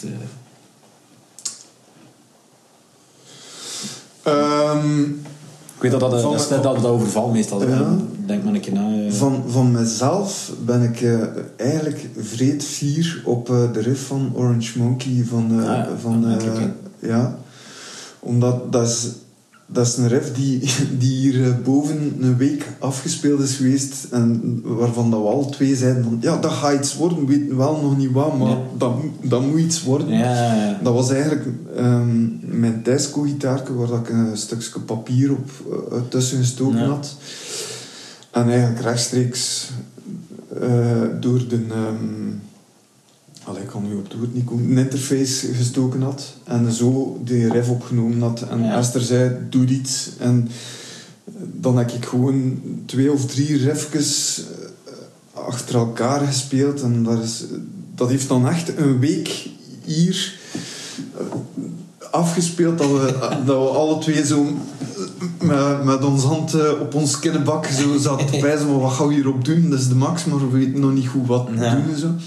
Um, ik weet dat dat, van, dat, is net dat, dat overval meestal. Ja, denk maar een keer na. Uh. Van, van mezelf ben ik uh, eigenlijk vreed fier op uh, de riff van Orange Monkey van... Uh, ah, van uh, ja, omdat dat is... Dat is een riff die, die hier boven een week afgespeeld is geweest en waarvan dat we al twee zeiden van ja, dat gaat iets worden, we weten wel nog niet wat, maar ja. dat, dat moet iets worden. Ja, ja, ja. Dat was eigenlijk um, mijn Teisco-gitaarke waar dat ik een stukje papier op uh, tussen gestoken ja. had. En eigenlijk rechtstreeks uh, door de... Um, Allee, ik kan nu op het woord niet komen. Een interface gestoken had. En zo die riff opgenomen had. En ja. Esther zei, doe iets. En dan heb ik gewoon twee of drie riffjes achter elkaar gespeeld. En dat, is, dat heeft dan echt een week hier afgespeeld. Dat we, dat we alle twee zo met, met ons hand op ons kinnenbak zo zaten te wijzen. Maar wat gaan we hierop doen? Dat is de max, maar we weten nog niet goed wat ja. doen. Zo.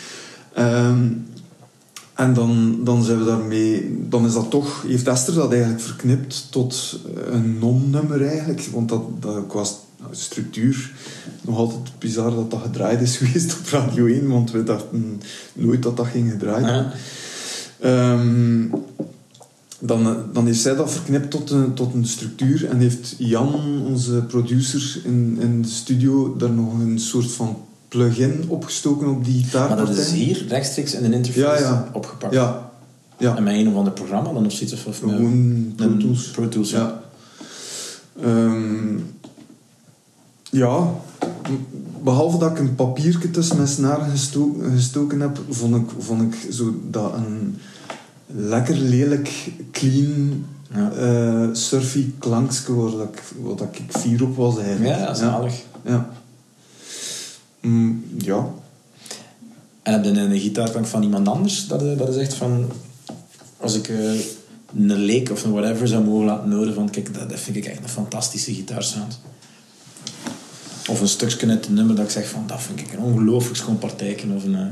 Um, en dan, dan zijn we daarmee... Dan is dat toch... Heeft Esther dat eigenlijk verknipt tot een non-nummer eigenlijk. Want dat, dat qua structuur... Nog altijd bizar dat dat gedraaid is geweest op Radio één. Want we dachten nooit dat dat ging gedraaid worden. Ja. Um, dan, dan heeft zij dat verknipt tot een, tot een structuur. En heeft Jan, onze producer in, in de studio... daar nog een soort van... plugin opgestoken op die gitaarpartij. Maar dat is hier rechtstreeks in een interface ja, ja. opgepakt. Ja. Ja. En met een of ander programma dan of zoiets? Of gewoon Pro Tools. Pro Tools, ja. Ja. Um, ja. Behalve dat ik een papiertje tussen mijn snaren gesto- gestoken heb, vond ik, vond ik zo dat een lekker lelijk, clean, ja. uh, surfy klankske waar dat ik, waar dat ik fier op was eigenlijk. Ja, zalig. Ja. ja. Mm, ja. En heb je een gitaarklank van iemand anders dat je, dat je zegt van als ik uh, een leek of een whatever zou mogen laten horen van kijk, dat, dat vind ik echt een fantastische gitaarsound. Of een stukje uit het nummer dat ik zeg van dat vind ik een ongelooflijk schoon partijken of een... Uh...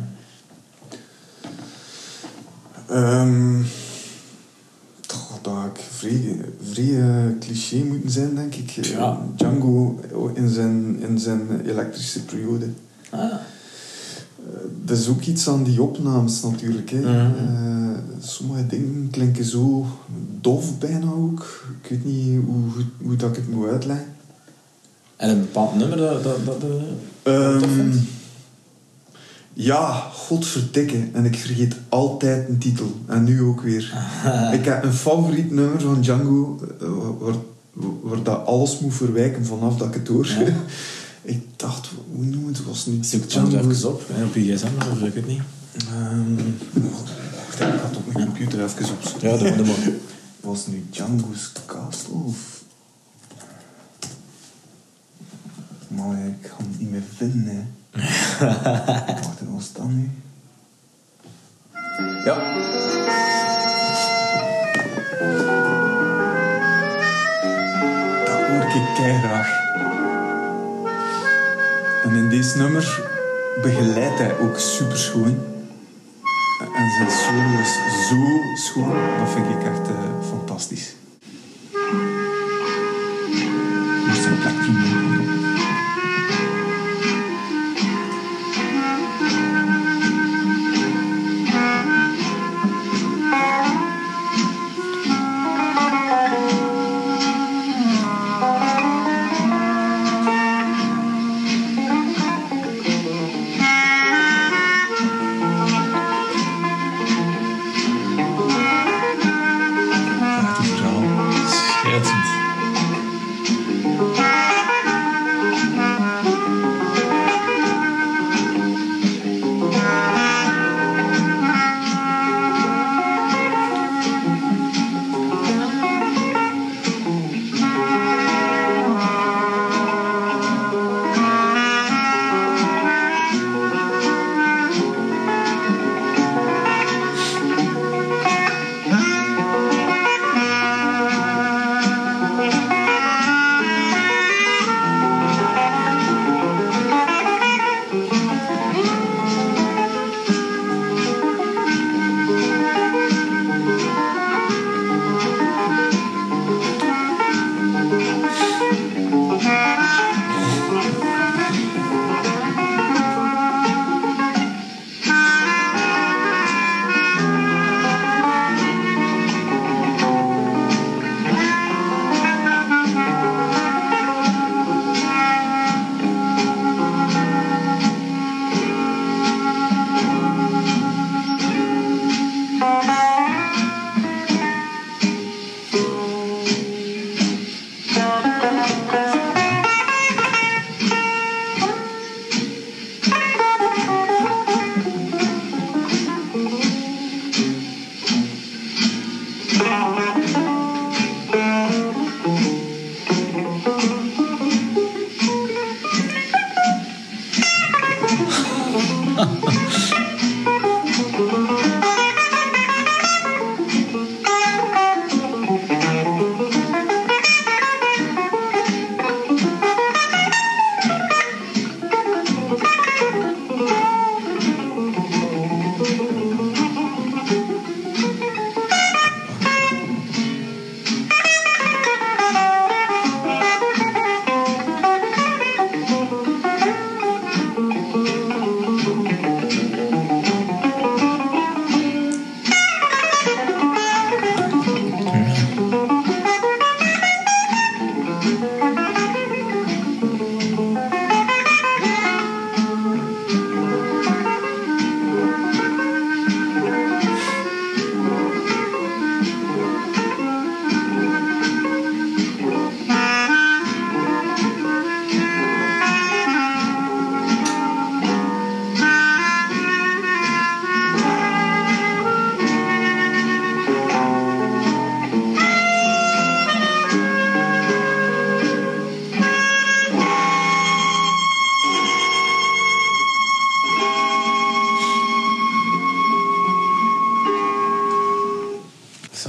Um, toch, dat had ik vrij, vrij uh, cliché moeten zijn, denk ik. Ja. Django in zijn, in zijn elektrische periode. Ah. Uh, dat is ook iets aan die opnames natuurlijk. Hè. Mm-hmm. Uh, sommige dingen klinken zo dof bijna ook. Ik weet niet hoe, hoe, hoe dat ik het moet uitleggen. En een bepaald nummer dat, dat, dat, dat um, tof vindt? Ja, godverdikke. En ik vergeet altijd een titel. En nu ook weer. Ik heb een favoriet nummer van Django, waar, waar dat alles moet verwijken vanaf dat ik het hoor. Ja. Ik dacht, hoe noem het? Was niet Zoek het Django even op, hè, op je gsm, of ik het niet. Um, wacht, ik ga het op mijn computer even opzoeken. Ja, doe maar. Was het nu Django's Castle? Of... Maar ik ga het niet meer vinden, hè. Wacht, en was dat nu? Ja. Dat hoor ik keigraag. En in deze nummer begeleidt hij ook super schoon. En zijn solo is zo schoon, dat vind ik echt uh, fantastisch. Moest zijn plekje maken.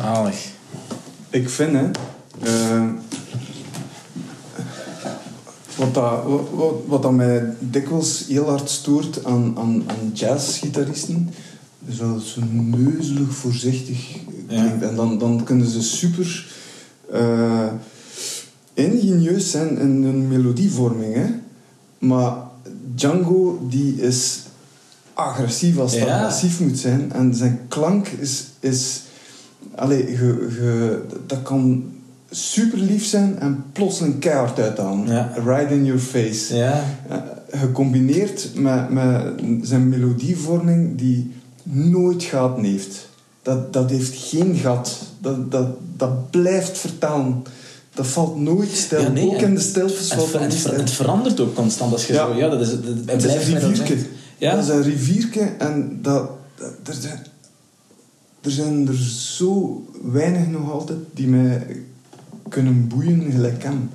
Zalig. Ik vind, hè... Uh, Wat, dat, wat, wat, wat dat mij dikwijls heel hard stoort aan, aan, aan jazzgitaristen, is dat ze neuzelig voorzichtig klinkt. Ja. En dan, dan kunnen ze super uh, ingenieus zijn in hun melodievorming. Hè? Maar Django die is agressief als het ja. agressief moet zijn. En zijn klank is... is allee, ge, ge, dat kan super lief zijn en plotseling keihard uithalen. Ja. Right in your face. Ja. Uh, gecombineerd met, met zijn melodievorming die nooit gaten heeft. Dat, dat heeft geen gat. Dat, dat, dat blijft vertalen. Dat valt nooit stil. Ja, nee, ook in de stiltes valt het, het, het, het verandert ook constant. Als je ja. zo, ja, dat is, dat, het, het blijft is een rivierke. Ja? Dat is een rivierke en dat, dat, er, zijn, er zijn er zo weinig nog altijd die mij kunnen boeien gelijk hem.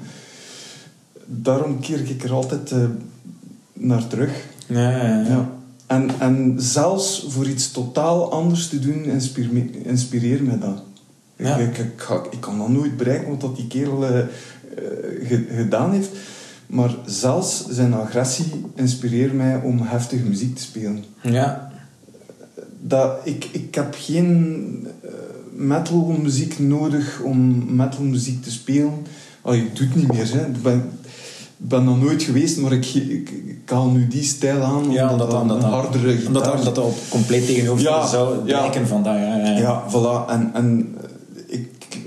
Daarom keer ik er altijd uh, naar terug. Ja, ja, ja. Ja. En, en zelfs voor iets totaal anders te doen, inspireert inspireer mij dat. Ja. Ik, ik, ik, ik kan dat nooit bereiken wat dat die kerel uh, ge, gedaan heeft. Maar zelfs zijn agressie inspireert mij om heftige muziek te spelen. Ja. Dat, ik, ik heb geen uh, metalmuziek nodig om metalmuziek te spelen. Oh, ik doe het niet meer. Hè. Ik ben, Ik ben nog nooit geweest, maar ik, ik, ik haal nu die stijl aan. Ja, omdat dat een hardere gitaar... Omdat dat, dat, dat compleet tegenover ja, zou lijken ja. vandaag. Ja, ja. ja, voilà. En, en ik...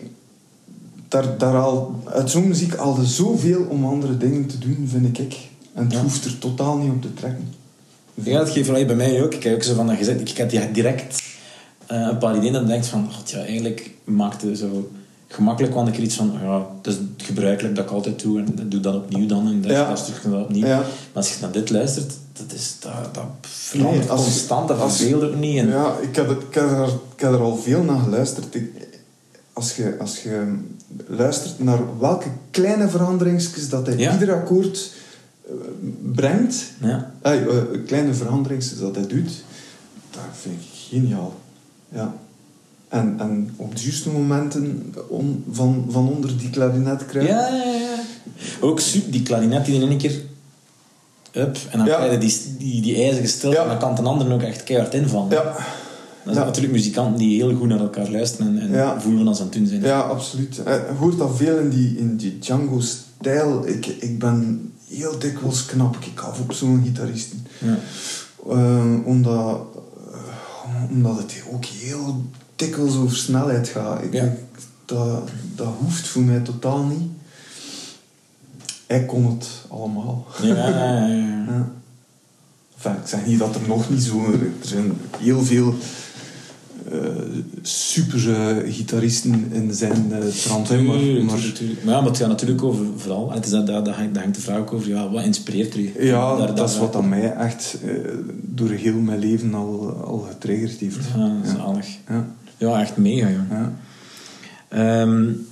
Daar, daar al, uit zo'n muziek haalde zoveel om andere dingen te doen, vind ik. En het ja. hoeft er totaal niet op te trekken. Ja, dat geeft bij mij ook. Ik heb ook zo van dat gezegd. Ik had direct uh, een paar ideeën en denk van... God, ja, eigenlijk maakte zo... gemakkelijk, want ik er iets van, ja, het is gebruikelijk dat ik altijd doe en doe dat opnieuw dan en dat, ja. dat stuk dat opnieuw. Ja. Maar als je naar dit luistert, dat is dat, dat verandert nee, constant, dat verveelt ook niet. En... Ja, ik heb, ik, heb er, ik heb er al veel naar geluisterd. Ik, als, je, als je luistert naar welke kleine veranderingsjes dat hij ja. ieder akkoord uh, brengt, ja. uh, uh, kleine veranderingsjes dat hij doet, dat vind ik geniaal. Ja. En, en op de juiste momenten on, van, van onder die klarinet krijgen. Ja, ja, ja. Ook super, die klarinet die in één keer... Up, en dan ja. krijg je die, die, die ijzige stilte. Ja. En dan kan ten anderen ook echt keihard invallen. Ja. Dat zijn ja. natuurlijk muzikanten die heel goed naar elkaar luisteren en, en ja. voelen als ze aan het doen zijn. Ja, absoluut. Je hoort dat veel in die, in die Django-stijl. Ik, ik ben heel dikwijls knap. Ik hou op zo'n gitaristen. Ja. Uh, omdat, uh, omdat het ook heel... dikwijls over snelheid gaat. Ik, ja. ik, dat, dat hoeft voor mij totaal niet. Hij kon het allemaal. Ja, ja, ja. ja. Enfin, ik zeg niet dat er nog niet zo... Er zijn heel veel uh, super uh, gitaristen in zijn uh, trant. Maar, maar... maar ja, maar het gaat natuurlijk over... Vooral, het is dat, dat, dat, hangt, dat hangt de vraag ook over... Ja, wat inspireert u? Ja, daar, dat daar, is wat aan mij echt uh, door heel mijn leven al, al getriggerd heeft. Ja, zalig. Ja. Ja. Ja, echt mega, joh. Ja. Um,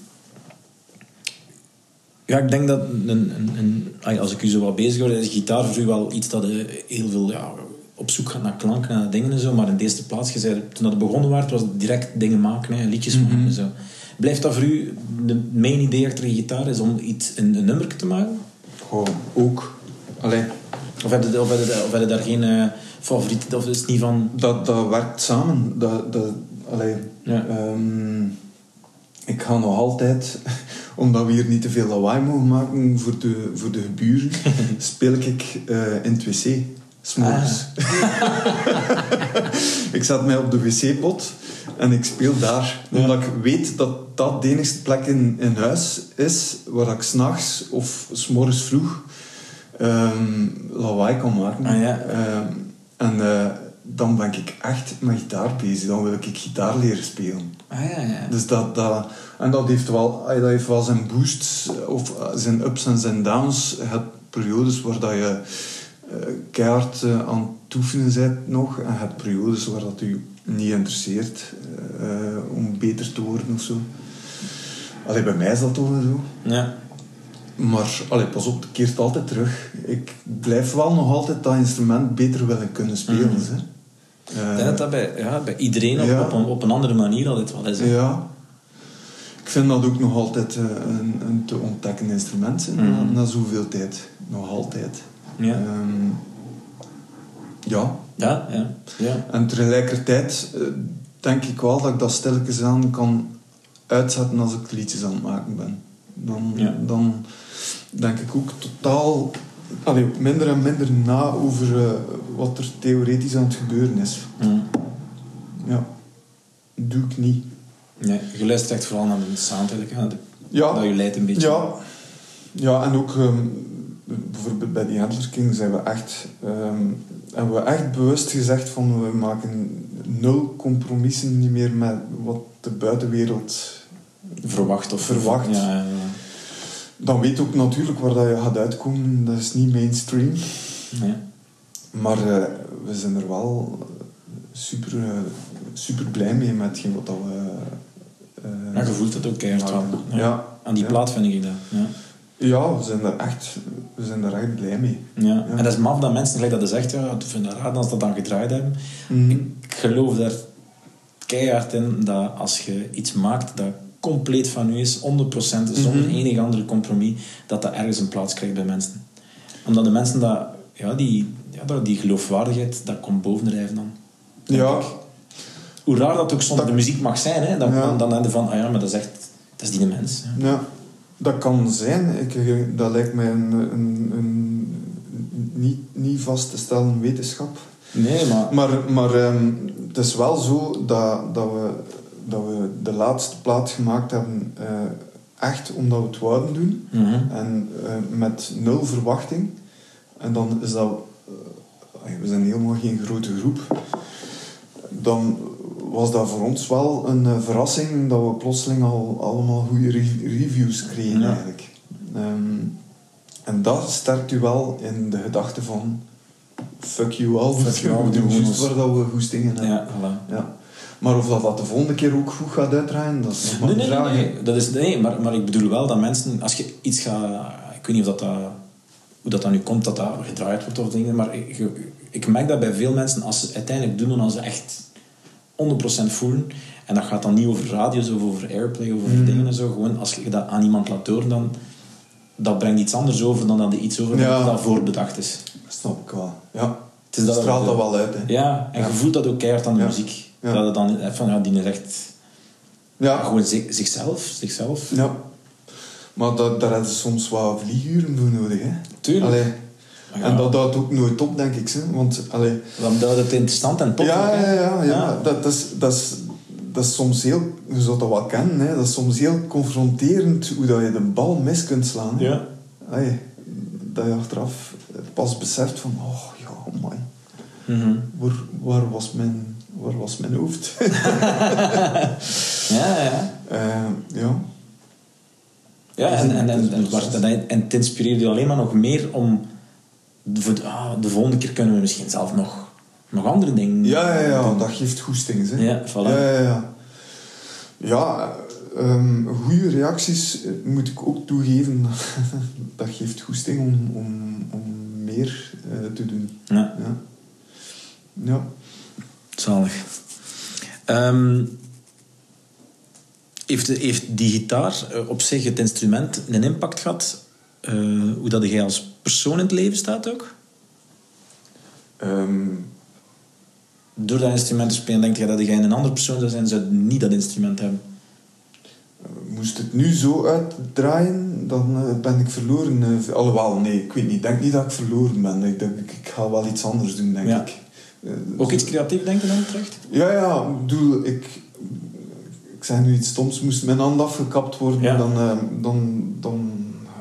ja, ik denk dat een, een, een, als ik u zo wat bezig hoor, is gitaar voor u wel iets dat uh, heel veel ja, op zoek gaat naar klanken en dingen en zo. Maar in de eerste plaats, je zei, toen dat begonnen werd, was het direct dingen maken, hè, liedjes maken mm-hmm. en zo. Blijft dat voor u de main idee achter de gitaar is om iets, een, een nummer te maken? Oh, ook. Allee. Of heb je, of heb je, of heb je daar geen uh, favoriet? Of is het niet van... Dat, dat werkt samen. Dat... dat Allee, ja. um, ik ga nog altijd, omdat we hier niet te veel lawaai mogen maken voor de, voor de buren, speel ik uh, in het wc, 's morgens. Ah. Ik zet mij op de wc-pot en ik speel daar. Ja. Omdat ik weet dat dat de enige plek in, in huis is waar ik 's nachts of 's morgens vroeg um, lawaai kan maken. Ah, ja. um, en... Uh, dan ben ik echt met gitaar bezig. Dan wil ik gitaar leren spelen. Ah, ja, ja. Dus dat, dat, en dat heeft, wel, dat heeft wel zijn boosts, of zijn ups en zijn downs. Je hebt periodes waar dat je uh, keihard uh, aan het oefenen bent nog. En je hebt periodes waar dat je niet interesseert uh, om beter te worden of zo. Allee, bij mij is dat toch wel zo. Ja. Maar allee, pas op, het keert altijd terug. Ik blijf wel nog altijd dat instrument beter willen kunnen spelen. Mm. Hè. Uh, ik denk dat dat bij, ja, bij iedereen op, ja. op, een, op een andere manier altijd wel is. Hè. Ja. Ik vind dat ook nog altijd uh, een, een te ontdekken instrument mm. na, na zoveel tijd. Nog altijd. Ja. Um, ja. Ja, ja, ja. En tegelijkertijd uh, denk ik wel dat ik dat stilletjes aan kan uitzetten als ik liedjes aan het maken ben. Dan, ja. dan denk ik ook totaal allee, minder en minder na over uh, wat er theoretisch aan het gebeuren is. Mm. Ja. Doe ik niet. Nee, je luistert echt vooral naar de sound eigenlijk. De, ja. Dat je leidt een beetje. Ja, ja en ook um, bijvoorbeeld bij die Antler King zijn we echt, um, hebben we echt bewust gezegd van we maken nul compromissen niet meer met wat de buitenwereld verwacht. Of verwacht. Ja, ja, ja. Dan weet ook natuurlijk waar dat je gaat uitkomen. Dat is niet mainstream. Nee. Maar uh, we zijn er wel super, uh, super blij mee met hetgeen wat dat we... Uh, ja, je voelt het ook keihard ja, wel. Ja. Ja, Aan die ja. plaat vind ik dat. Ja, ja we, zijn er echt, we zijn er echt blij mee. ja. Ja. En dat is maf dat mensen, gelijk dat je zegt, ja, ik vind dat raar dat ze dat dan gedraaid hebben. Mm. Ik geloof daar keihard in dat als je iets maakt dat compleet van u is, honderd procent zonder mm-hmm. enig andere compromis, dat dat ergens een plaats krijgt bij mensen. Omdat de mensen dat, ja, die, ja, die geloofwaardigheid, dat komt bovendrijven dan. Ja. Ik. Hoe raar dat ook soms dat, de muziek mag zijn, hè, dan, ja. dan, dan denk je van, ah ja, maar dat is echt, dat is die mens. Ja. Ja, dat kan zijn. Ik, dat lijkt mij een, een, een niet, niet vast te stellen wetenschap. Nee, maar... Maar, maar um, het is wel zo dat, dat, we, dat we de laatste plaat gemaakt hebben uh, echt omdat we het wouden doen. Mm-hmm. En uh, met nul verwachting. En dan is dat... Uh, we zijn helemaal geen grote groep. Dan was dat voor ons wel een uh, verrassing dat we plotseling al allemaal goede re- reviews kregen, ja. eigenlijk. Um, en dat sterkt u wel in de gedachte van fuck you all, fuck you all, we doen juist ons... waar dat we goestingen hebben. Ja, voilà. Ja. Maar of dat, dat de volgende keer ook goed gaat uitdraaien, dat is nog maar nee, een nee, vraag. Nee, nee. Dat is, nee maar, maar ik bedoel wel dat mensen, als je iets gaat... Ik weet niet of dat, dat, hoe dat dan nu komt, dat dat gedraaid wordt of dingen, maar ik, ik merk dat bij veel mensen, als ze het uiteindelijk doen en als ze echt honderd procent voelen, en dat gaat dan niet over radio's of over airplay of over mm. dingen en zo, gewoon als je dat aan iemand laat horen, dan dat brengt iets anders over dan dat er iets over ja. dat voorbedacht is. Dat snap ik wel. Ja. Het is dat straalt dat wel uit. Hè. Ja, en ja. je voelt dat ook keihard aan de ja. muziek. Ja. Dat het dan van, ja, die is echt ja. gewoon zichzelf. zichzelf. Ja. Maar dat, daar hebben ze soms wat vlieguren voor nodig. Hè. Tuurlijk. Allee. Ja. En dat houdt ook nooit op, denk ik. Hè. Want, allee. Dat houdt het interessant en top. Ja, ja, ja, ja, ja. ja. Dat, dat, is, dat, is, dat is soms heel... Je zult dat wel kennen. Hè. Dat is soms heel confronterend hoe dat je de bal mis kunt slaan. Hè. Ja. Allee, dat je achteraf pas beseft van... Oh, ja, amai. Mm-hmm. Waar, waar, was mijn, waar was mijn hoofd? ja, ja. Uh, ja. Ja, en, en, en, en, en, en het inspireert je alleen maar nog meer om... De, ah, de volgende keer kunnen we misschien zelf nog, nog andere dingen Ja, ja, ja. doen. Dat geeft goestings. Hè. Ja, voilà. Ja, ja, ja. Ja, um, goede reacties moet ik ook toegeven. Dat geeft goesting om, om, om meer uh, te doen. Ja. Ja. Ja. Zalig. Um, heeft, heeft die gitaar op zich, het instrument, een impact gehad? Uh, hoe dat jij als persoon in het leven staat ook? Um, Door dat instrument te spelen, denk je dat jij een andere persoon zou zijn, zou je niet dat instrument hebben? Moest het nu zo uitdraaien, dan uh, ben ik verloren. Uh, alhoewel, nee, ik weet niet. Ik denk niet dat ik verloren ben. Ik denk, ik, ik ga wel iets anders doen, denk ja. ik. Uh, ook zo... iets creatief, denk je dan terecht? Ja, ja. Ik bedoel, ik... Ik zeg nu iets stoms. Moest mijn hand afgekapt worden, ja. dan... Uh, dan, dan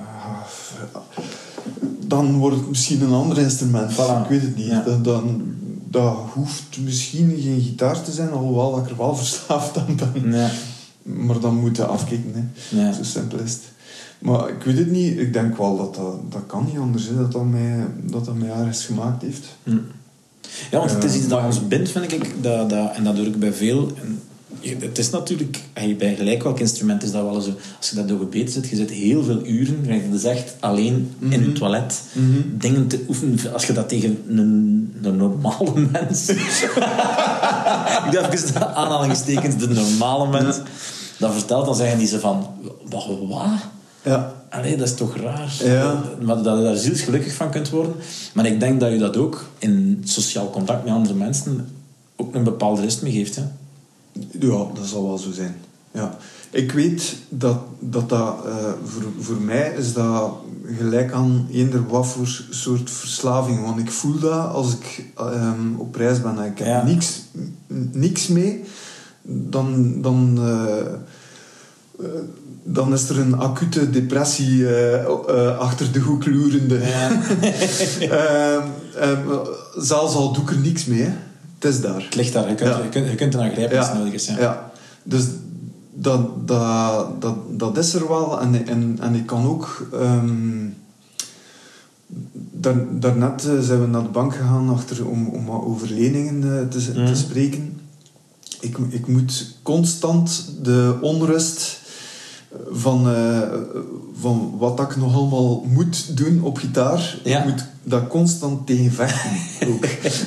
dan wordt het misschien een ander instrument. Voilà. Ik weet het niet. Ja. Dan, dan, dat hoeft misschien geen gitaar te zijn, alhoewel dat ik er wel verslaafd aan ben. Ja. Maar dan moet je afkicken. Hè. Ja. Zo simpel is het. Maar ik weet het niet. Ik denk wel dat dat, dat kan niet anders. Hè, dat, dat, mij, dat dat mij ergens gemaakt heeft. Hm. Ja, want het is iets dat ons bindt, vind ik. Dat, dat, en dat doe ik bij veel... En het is natuurlijk, bij gelijk welk instrument is dat wel zo. Als je dat door gebeten zit, je zit heel veel uren, je zegt alleen mm-hmm. in je toilet mm-hmm. dingen te oefenen. Als je dat tegen een, een normale mens... ik doe even aanhalingstekens, de normale mens. dat vertelt, dan zeggen die ze van... Wat? wat? Ja. Allee, dat is toch raar. Ja. Maar dat je daar zielsgelukkig van kunt worden. Maar ik denk dat je dat ook in sociaal contact met andere mensen ook een bepaalde rust mee geeft. Hè? Ja, dat zal wel zo zijn. Ja. Ik weet dat dat, dat uh, voor, voor mij is dat gelijk aan eender wat voor soort verslaving. Want ik voel dat als ik um, op reis ben en ik heb ja. niks, niks mee, dan, dan, uh, uh, dan is er een acute depressie uh, uh, achter de hoek loerende. Ja. uh, uh, zelfs al doe ik er niks mee, hè. Het is daar. Het ligt daar. Je kunt, ja. je kunt, je kunt er aangrijpen als ja. het nodig is. Ja. Ja. Dus dat, dat, dat, dat is er wel. En, en, en ik kan ook... Um, daar, daarnet uh, zijn we naar de bank gegaan achter, om, om wat over leningen uh, te, mm. te spreken. Ik, ik moet constant de onrust van, uh, van wat ik nog allemaal moet doen op gitaar. Ja. Ik moet daar constant tegen vechten. Ook.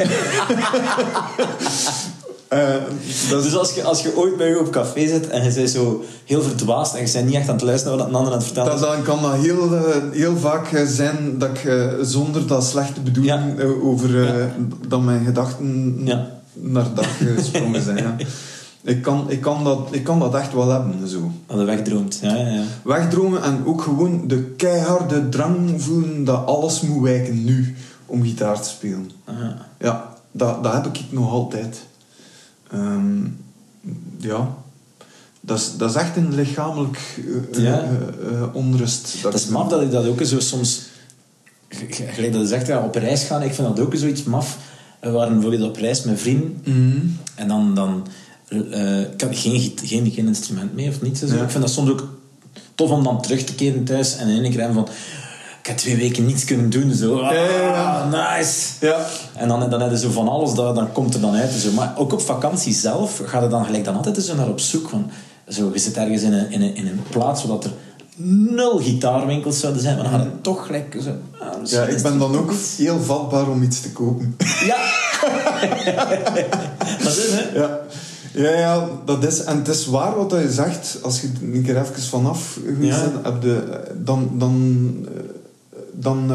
Uh, dat is... Dus als je, als je ooit bij je op café zit en je bent zo heel verdwaasd en je bent niet echt aan het luisteren naar wat een ander aan het vertellen is... Dan kan dat heel, uh, heel vaak zijn dat ik uh, zonder dat slechte bedoeling ja. uh, over uh, ja. dat mijn gedachten ja. naar dag gesprongen zijn. Ja. Ik, kan, ik, kan dat, ik kan dat echt wel hebben. Zo. Dat je wegdroomt. Ja, ja, ja. Wegdromen en ook gewoon de keiharde drang voelen dat alles moet wijken nu om gitaar te spelen. Aha. Ja, dat, dat heb ik nog altijd. Um, ja, dat is, dat is echt een lichamelijk uh, ja. uh, uh, onrust. Dat, dat is maf dat ik dat ook zo soms... Gelijk dat je zegt, ja, op reis gaan, ik vind dat ook zoiets maf. We waren bijvoorbeeld op reis met vrienden. Mm. En dan... dan uh, ik had geen, geen, geen instrument mee of niets. Zo. Ja. Ik vind dat soms ook tof om dan terug te keren thuis en in één keer van... Ik heb twee weken niets kunnen doen. Zo. Ah, ja, ja. Nice. Ja. En dan, dan heb je zo van alles, dat, dan komt er dan uit. Zo. Maar ook op vakantie zelf ga je dan gelijk dan altijd zo naar op zoek. Van, zo, je zit ergens in een, in een, in een plaats waar er nul gitaarwinkels zouden zijn. Maar dan ga je toch gelijk zo... Ah, ja, ik ben dan ook heel vatbaar om iets te kopen. Ja. Dat is, hè? Ja. Ja, ja, dat is... En het is waar wat je zegt. Als je er een keer even vanaf geweest ja. bent, heb de, dan... dan dan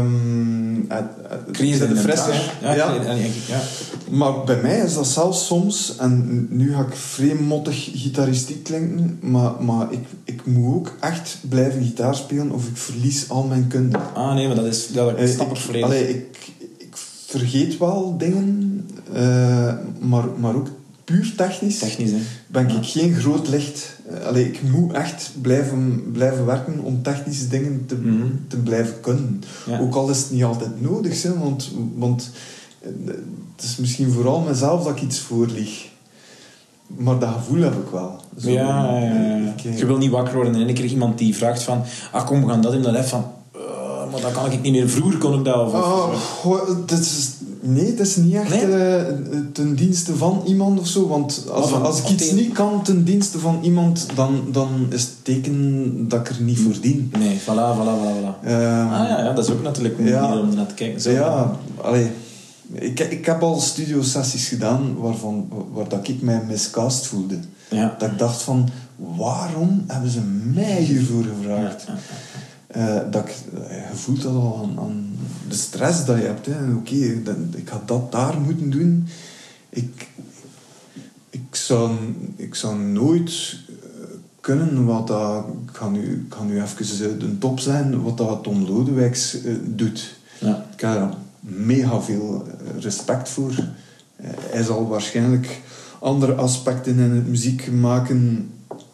um, creëer je de fris. Ja, ja. ja. ja. Maar bij mij is dat zelfs soms, en nu ga ik vreemd mottig gitaristiek klinken, maar, maar ik, ik moet ook echt blijven gitaar spelen of ik verlies al mijn kunde. Ah nee, maar dat is ja, dat snap ik volledig. Allee, ik, ik vergeet wel dingen, uh, maar, maar ook puur technisch, technisch hè? ben ja. ik geen groot licht. Allee, ik moet echt blijven, blijven werken om technische dingen te, mm-hmm. te blijven kunnen. Ja. Ook al is het niet altijd nodig, hè, want, want het is misschien vooral mezelf dat ik iets voorlieg. Maar dat gevoel heb ik wel. Zo, ja, ja, ja. Ik, je wil niet wakker worden en in één keer iemand die vraagt van ah kom, we gaan dat in dat van uh, maar dat kan ik niet meer. Vroeger kon ik dat. Of, oh, goh, dit is... Nee, het is niet echt nee? uh, ten dienste van iemand of zo. Want als, van, als ik iets tegen... niet kan ten dienste van iemand, dan, dan is het teken dat ik er niet voor dien. Nee, voilà, voilà, voilà. voilà. Uh, ah ja, ja, dat is ook natuurlijk een ja, manier om naar te kijken. Zo, ja, allee, ik, ik heb al studiosessies gedaan waarvan, waar dat ik mij miscast voelde. Ja. Dat ik dacht van, waarom hebben ze mij hiervoor gevraagd? Ja, ja, ja. Uh, dat ik, je voelt dat al aan, aan de stress dat je hebt. Oké, okay, ik had dat daar moeten doen. Ik, ik, zou, ik zou nooit kunnen wat dat... Ik ga nu, ik ga nu even de top zijn, wat dat Tom Lodewijks uh, doet. Ja. Ik heb daar mega veel respect voor. Uh, hij zal waarschijnlijk andere aspecten in het muziek maken...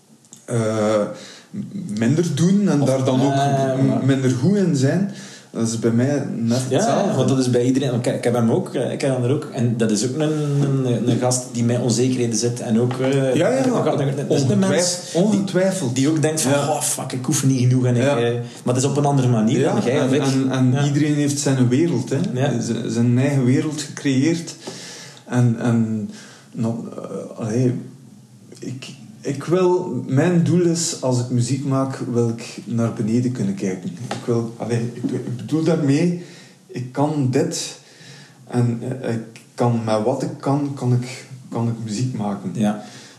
Uh, minder doen en of, daar dan ook uh, minder goed in zijn. Dat is bij mij net ja, hetzelfde. Ja, want dat is bij iedereen. Ik, ik heb hem ook, ik heb hem er ook. En dat is ook een, een, een gast die met onzekerheden zit. En ook... Uh, ja, ja, dat is een mens ongetwijfeld. Die, die ook denkt van, ja. oh fuck, ik hoef niet genoeg. En ik, ja. uh, maar het is op een andere manier ja, dan jij en, of ik. En, en ja. iedereen heeft zijn wereld. Hè. Ja. Z- zijn eigen wereld gecreëerd. En... en nou, uh, allee, ik... Ik wil, mijn doel is, als ik muziek maak, wil ik naar beneden kunnen kijken. Ik, wil, allez, ik, ik bedoel daarmee, ik kan dit en ik kan, met wat ik kan, kan ik, kan ik muziek maken. Ja.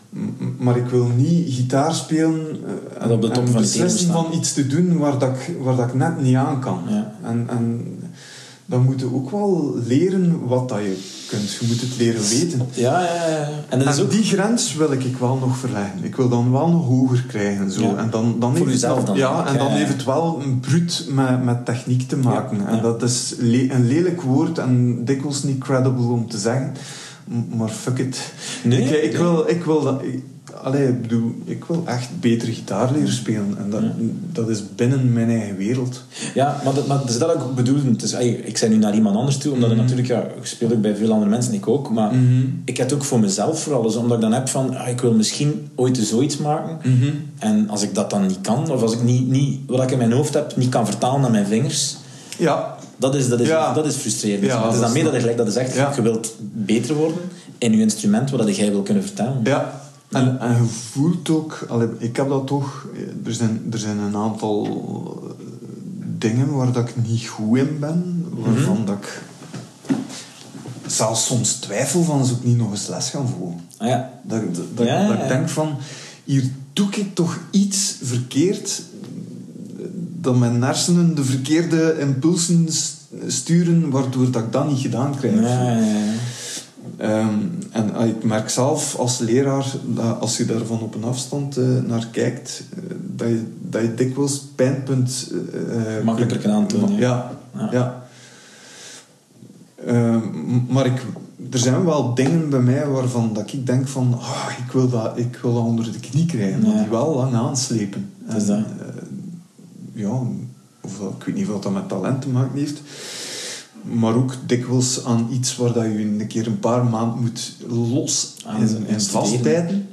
M- maar ik wil niet gitaar spelen uh, en, op de top en van beslissen van iets te doen waar, dat ik, waar dat ik net niet aan kan. Ja. En, en dan moet je ook wel leren wat dat je kunt. Je moet het leren weten. Ja, ja, ja. En, dat is En ook... die grens wil ik wel nog verleggen. Ik wil dan wel nog hoger krijgen. Zo. Ja. En dan, dan Voor heeft jezelf het, dan. Ja, en dan Ja, ja. heeft het wel een bruut met, met techniek te maken. Ja, En ja. dat is le- een lelijk woord en dikwijls niet credible om te zeggen. M- Maar fuck it. Nee, ik, ik, nee. wil, ik wil dat... Ik, allee, ik bedoel, ik wil echt beter gitaar leren spelen. En dat, Ja. dat is binnen mijn eigen wereld. Ja, maar dat, maar dat is dat ook bedoeld. Het is, ey, ik zei nu naar iemand anders toe, omdat Mhm. ik natuurlijk, ja, ik speel ook bij veel andere mensen, ik ook, maar Mm-hmm. ik heb het ook voor mezelf vooral, dus omdat ik dan heb van, ah, ik wil misschien ooit zoiets maken, Mm-hmm. en als ik dat dan niet kan, of als ik niet, niet wat ik in mijn hoofd heb, niet kan vertalen naar mijn vingers, Ja. dat is, dat is, Ja. dat is frustrerend. Ja, Maar het is dat dan meer dat snap je, gelijk dat je zegt, Ja. je wilt beter worden in je instrument, wat jij wil kunnen vertellen. Ja, en, en je voelt ook... Allee, ik heb dat toch... Er zijn, er zijn een aantal dingen waar dat ik niet goed in ben. Waarvan Mhm. dat ik zelfs soms twijfel van... Zou ik niet nog eens les gaan volgen? Ah, ja. Dat, dat, dat, Ja, dat ja. ik denk van... Hier doe ik toch iets verkeerd... Dat mijn hersenen de verkeerde impulsen st- sturen... Waardoor dat ik dat niet gedaan krijg. Ja, ja, ja. Um, en uh, ik merk zelf als leraar, dat als je daarvan op een afstand uh, naar kijkt, uh, dat, je, dat je dikwijls pijnpunt... Uh, Makkelijker kan aantonen. Ja, Ja. ja. ja. Um, maar ik, er zijn wel dingen bij mij waarvan dat ik denk van... Oh, ik, wil dat, ik wil dat onder de knie krijgen, maar Ja. die wel lang aanslepen. Dat is dat. En, uh, ja, of, dat- ik weet niet wat dat met talent te maken heeft... Maar ook dikwijls aan iets waar dat je een keer een paar maanden moet los Aan en, zijn en studeren. vastbijten.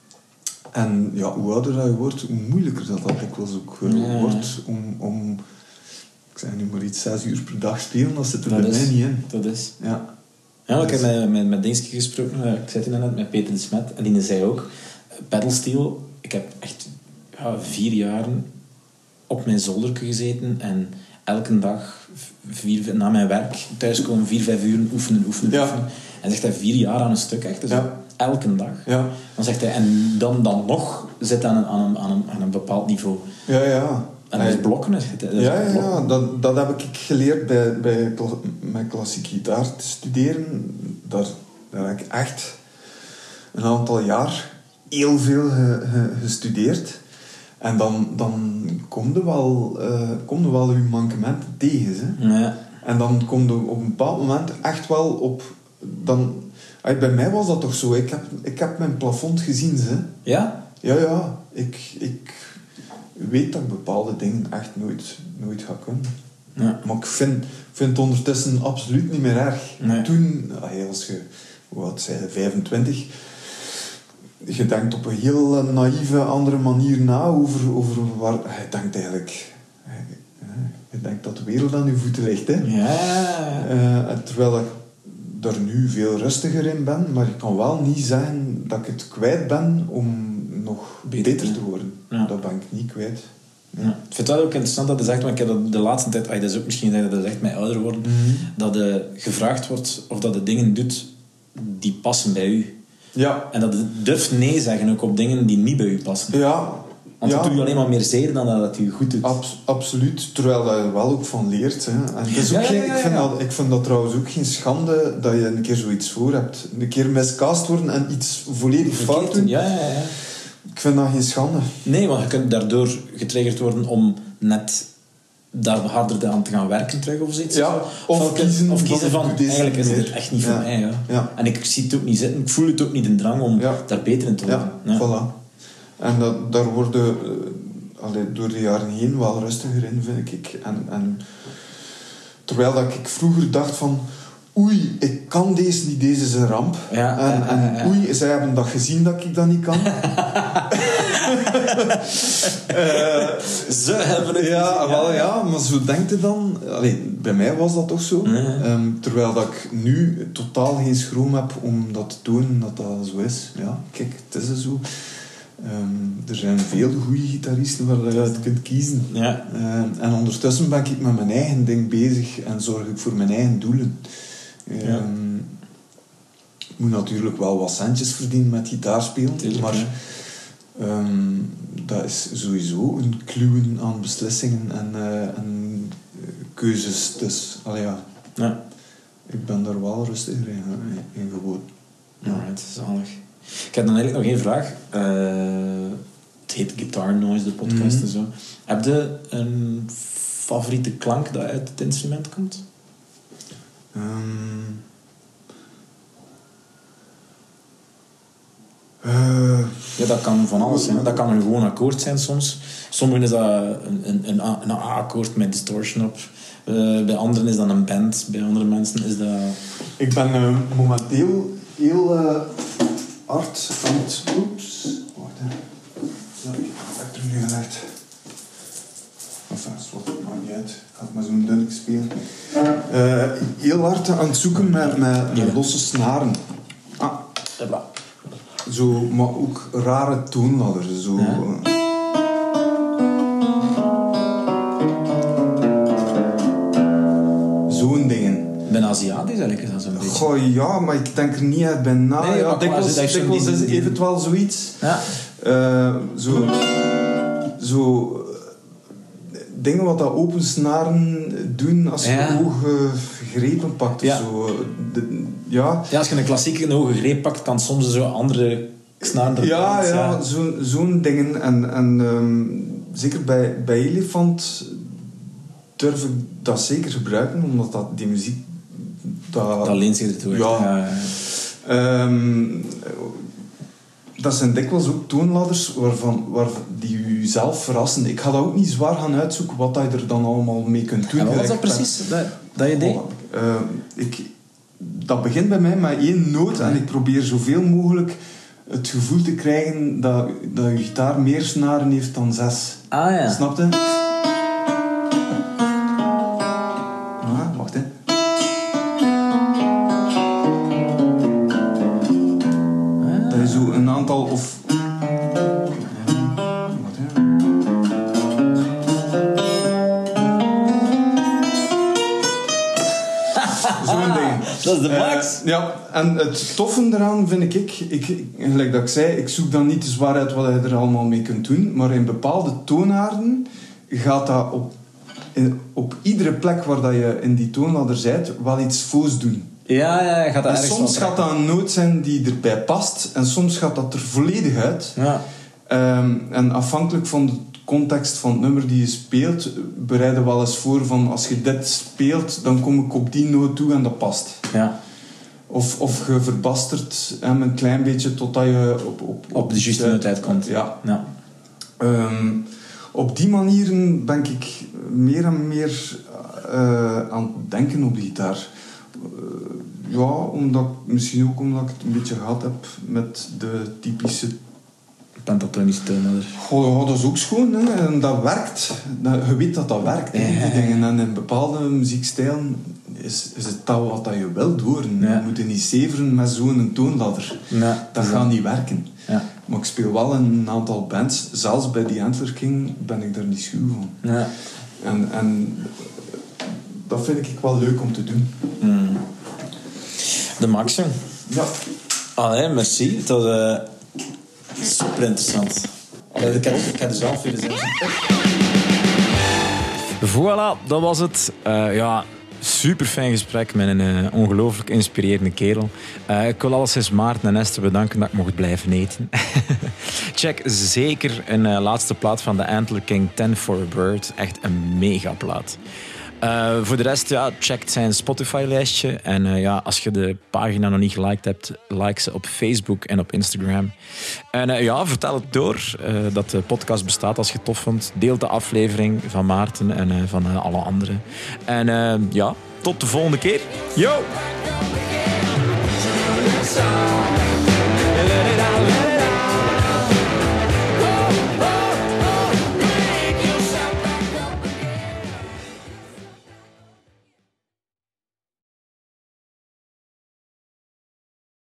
En ja, hoe ouder dat je wordt, hoe moeilijker dat, dat dikwijls ook uh, Ja. wordt om, om... Ik zeg nu maar iets, zes uur per dag spelen, dat zit er Dat bij is- mij niet in. Dat is... Ja. Ja, ik heb met, met, met Dingske gesproken, eh, ik zei het net met Peter de Smet, en die zei ook, eh, pedalsteel, ik heb echt ja, vier jaren op mijn zolderke gezeten en elke dag, vier, na mijn werk, thuiskomen, vier, vijf uur oefenen, oefenen, Ja. oefenen. En zegt hij vier jaar aan een stuk, echt, dus Ja. elke dag. Ja. Dan zegt hij, en dan, dan nog zit aan een, aan, een, aan, een, aan een bepaald niveau. Ja, ja. En dat is blokken, dat is dat is Ja, ja, blokken. ja. Dat, dat heb ik geleerd bij, bij kla- met klassiek gitaar te studeren. Daar, daar heb ik echt een aantal jaar heel veel ge- ge- gestudeerd. En dan, dan kom je wel, uh, kom je wel je mankementen tegen. Hè. Ja. En dan kom je op een bepaald moment echt wel op... Dan, ay, bij mij was dat toch zo. Ik heb, ik heb mijn plafond gezien. Hè. Ja? Ja, ja. Ik, ik weet dat ik bepaalde dingen echt nooit, nooit ga kunnen. Ja. Maar ik vind, vind het ondertussen absoluut niet meer erg. Nee. Toen, ay, als je... Hoe oud zei je? vijfentwintig... Je denkt op een heel eh, naïeve, andere manier na over, over waar... Je denkt eigenlijk... Je denkt dat de wereld aan je voeten ligt, hè. Ja. Uh, terwijl ik daar nu veel rustiger in ben, maar ik kan wel niet zeggen dat ik het kwijt ben om nog Beter beter, te te worden. Ja. Dat ben ik niet kwijt. Ja. Ik vind het wel ook interessant dat je zegt, maar ik heb dat de laatste tijd, ah, dat is ook misschien dat je zegt met ouder worden, Mhm. dat je gevraagd wordt of dat je dingen doet die passen bij u. Ja. En dat je durft nee zeggen ook op dingen die niet bij u passen. Ja. Want ja. dat doe je alleen maar meer zeer dan dat het je goed doet. Abs- absoluut, terwijl dat je er wel ook van leert. Hè. En het is ook Ja, ja, geen, ja, ik, vind ja. dat, ik vind dat trouwens ook geen schande dat je een keer zoiets voor hebt. Een keer miscast worden en iets volledig fout Verkeerd doen. Ja, ja, ja. Ik vind dat geen schande. Nee, want je kunt daardoor getriggerd worden om net daar harder aan te gaan werken terug of zoiets. Ja, of of kiezen of kiezen van, van, ik doe deze eigenlijk is niet dit meer. echt niet Ja. voor mij. Ja. Ja. En ik zie het ook niet zitten, ik voel het ook niet in drang om Ja. daar beter in te worden. Ja, voilà. En dat, daar worden uh, allee, door de jaren heen wel rustiger in, vind ik. En, en, terwijl dat ik vroeger dacht van... Oei, ik kan deze niet, deze is een ramp. Ja, en ja, ja, ja. en oei, zij hebben dat gezien dat ik dat niet kan. uh, Ze hebben het ja, gezien, wel, ja, maar zo denkt je dan... Allee, bij mij was dat toch zo. Ja. Um, terwijl dat ik nu totaal geen schroom heb om dat te tonen dat dat zo is. Ja, kijk, het is zo. Um, er zijn veel goede gitaristen waar je uit kunt kiezen. Ja. Um, en ondertussen ben ik met mijn eigen ding bezig en zorg ik voor mijn eigen doelen. Um, Ja. moet natuurlijk wel wat centjes verdienen met gitaarspelen. Tuurlijk, maar um, dat is sowieso een kluwen aan beslissingen en, uh, en keuzes. Dus, allee, ja. ja. Ik ben daar wel rustiger in, in geworden. Ja, het is zalig. Ik heb dan eigenlijk nog één vraag. Uh, het heet Guitar Noise, de podcast mm-hmm. en zo. Heb je een favoriete klank dat uit het instrument komt? Um, uh, ja, dat kan van alles zijn. Dat kan een gewoon akkoord zijn soms. Sommigen is dat een, een, een, A, een A-akkoord met distortion op. Uh, bij anderen is dat een band. Bij andere mensen is dat... Ik ben uh, momenteel heel uh, hard aan het... Oeps. Wacht, hè. Ja, ik heb er nu gelegd. Enfin, wat maakt niet uit. Ik ga het maar zo'n dun spelen. Uh, heel hard aan het zoeken met, met, met losse snaren. Ah. Zo, maar ook rare toonladders. Zo... Ja. Zo'n dingen. Ben Aziatisch eigenlijk, is dat zo'n beetje? Goh, ja, maar ik denk er niet uit bij na. Nee, ja, dikwijls is dikwijls is eventueel zoiets. Ja. Uh, zo... Zo... Dingen wat dat open snaren doen als je ja. hoge grepen pakt. Ja. Of zo. De, ja. ja, als je een klassieke een hoge greep pakt, kan soms zo andere snaren er ja, ja, ja. Zo, zo'n dingen. En, en um, zeker bij, bij Elefant durf ik dat zeker gebruiken, omdat dat, die muziek... Dat, dat leent zich ertoe. Ja. ja, ja. Um, dat zijn dikwijls ook toonladders waarvan, waar die u zelf verrassen. Ik ga dat ook niet zwaar gaan uitzoeken wat je er dan allemaal mee kunt doen. En wat was dat precies, dat, dat je deed? Oh, uh, ik, dat begint bij mij met één noot en ik probeer zoveel mogelijk het gevoel te krijgen dat, dat je gitaar meer snaren heeft dan zes. Ah ja. Snap je? Ah, wacht hè. Dat is zo een aantal of... Zo'n ding. Dat is de max. Uh, ja, en het toffe eraan vind ik, ik, gelijk dat ik zei, ik zoek dan niet te zwaar uit wat je er allemaal mee kunt doen, maar in bepaalde toonaarden gaat dat op, in, op iedere plek waar dat je in die toonladder zit, wel iets foos doen. Ja, ja, gaat dat en soms gaat dat een noot zijn die erbij past en soms gaat dat er volledig uit. Ja. Um, en afhankelijk van de context van het nummer die je speelt, bereid je wel eens voor van als je dit speelt, dan kom ik op die noot toe en dat past. Ja. Of, of je verbastert hem een klein beetje totdat je op, op, op, op de juiste noot uitkomt. Ja. ja. Um, op die manieren ben ik meer en meer uh, aan het denken op de gitaar. Uh, ja, omdat, misschien ook omdat ik het een beetje gehad heb met de typische pentatonische toonladder. Oh, dat is ook schoon, hè. En dat werkt. Dat, je weet dat dat werkt. Hè, ja. Die dingen. En in bepaalde muziekstijlen is, is het dat wat dat je wilt horen. Ja. Je moet niet zeveren met zo'n toonladder. Ja. Dat gaat niet werken. Ja. Maar ik speel wel in een aantal bands. Zelfs bij The Antler King ben ik daar niet schuw van. Ja. En, en dat vind ik wel leuk om te doen. Mm. De Maxen. Ja. Allee, merci. Het was uh, super interessant. Uh, ik, heb, ik heb er zelf weer eens. Voilà, dat was het. Uh, ja, super fijn gesprek met een uh, ongelooflijk inspirerende kerel. Uh, ik wil alleszins Maarten en Esther bedanken dat ik mocht blijven eten. Check zeker een uh, laatste plaat van The Antler King, ten for a Bird. Echt een mega plaat. Uh, voor de rest, ja, check zijn Spotify-lijstje. En uh, ja, als je de pagina nog niet geliked hebt, like ze op Facebook en op Instagram. En uh, ja, vertel het door uh, dat de podcast bestaat als je het tof vond. Deel de aflevering van Maarten en uh, van uh, alle anderen. En uh, ja, tot de volgende keer. Yo!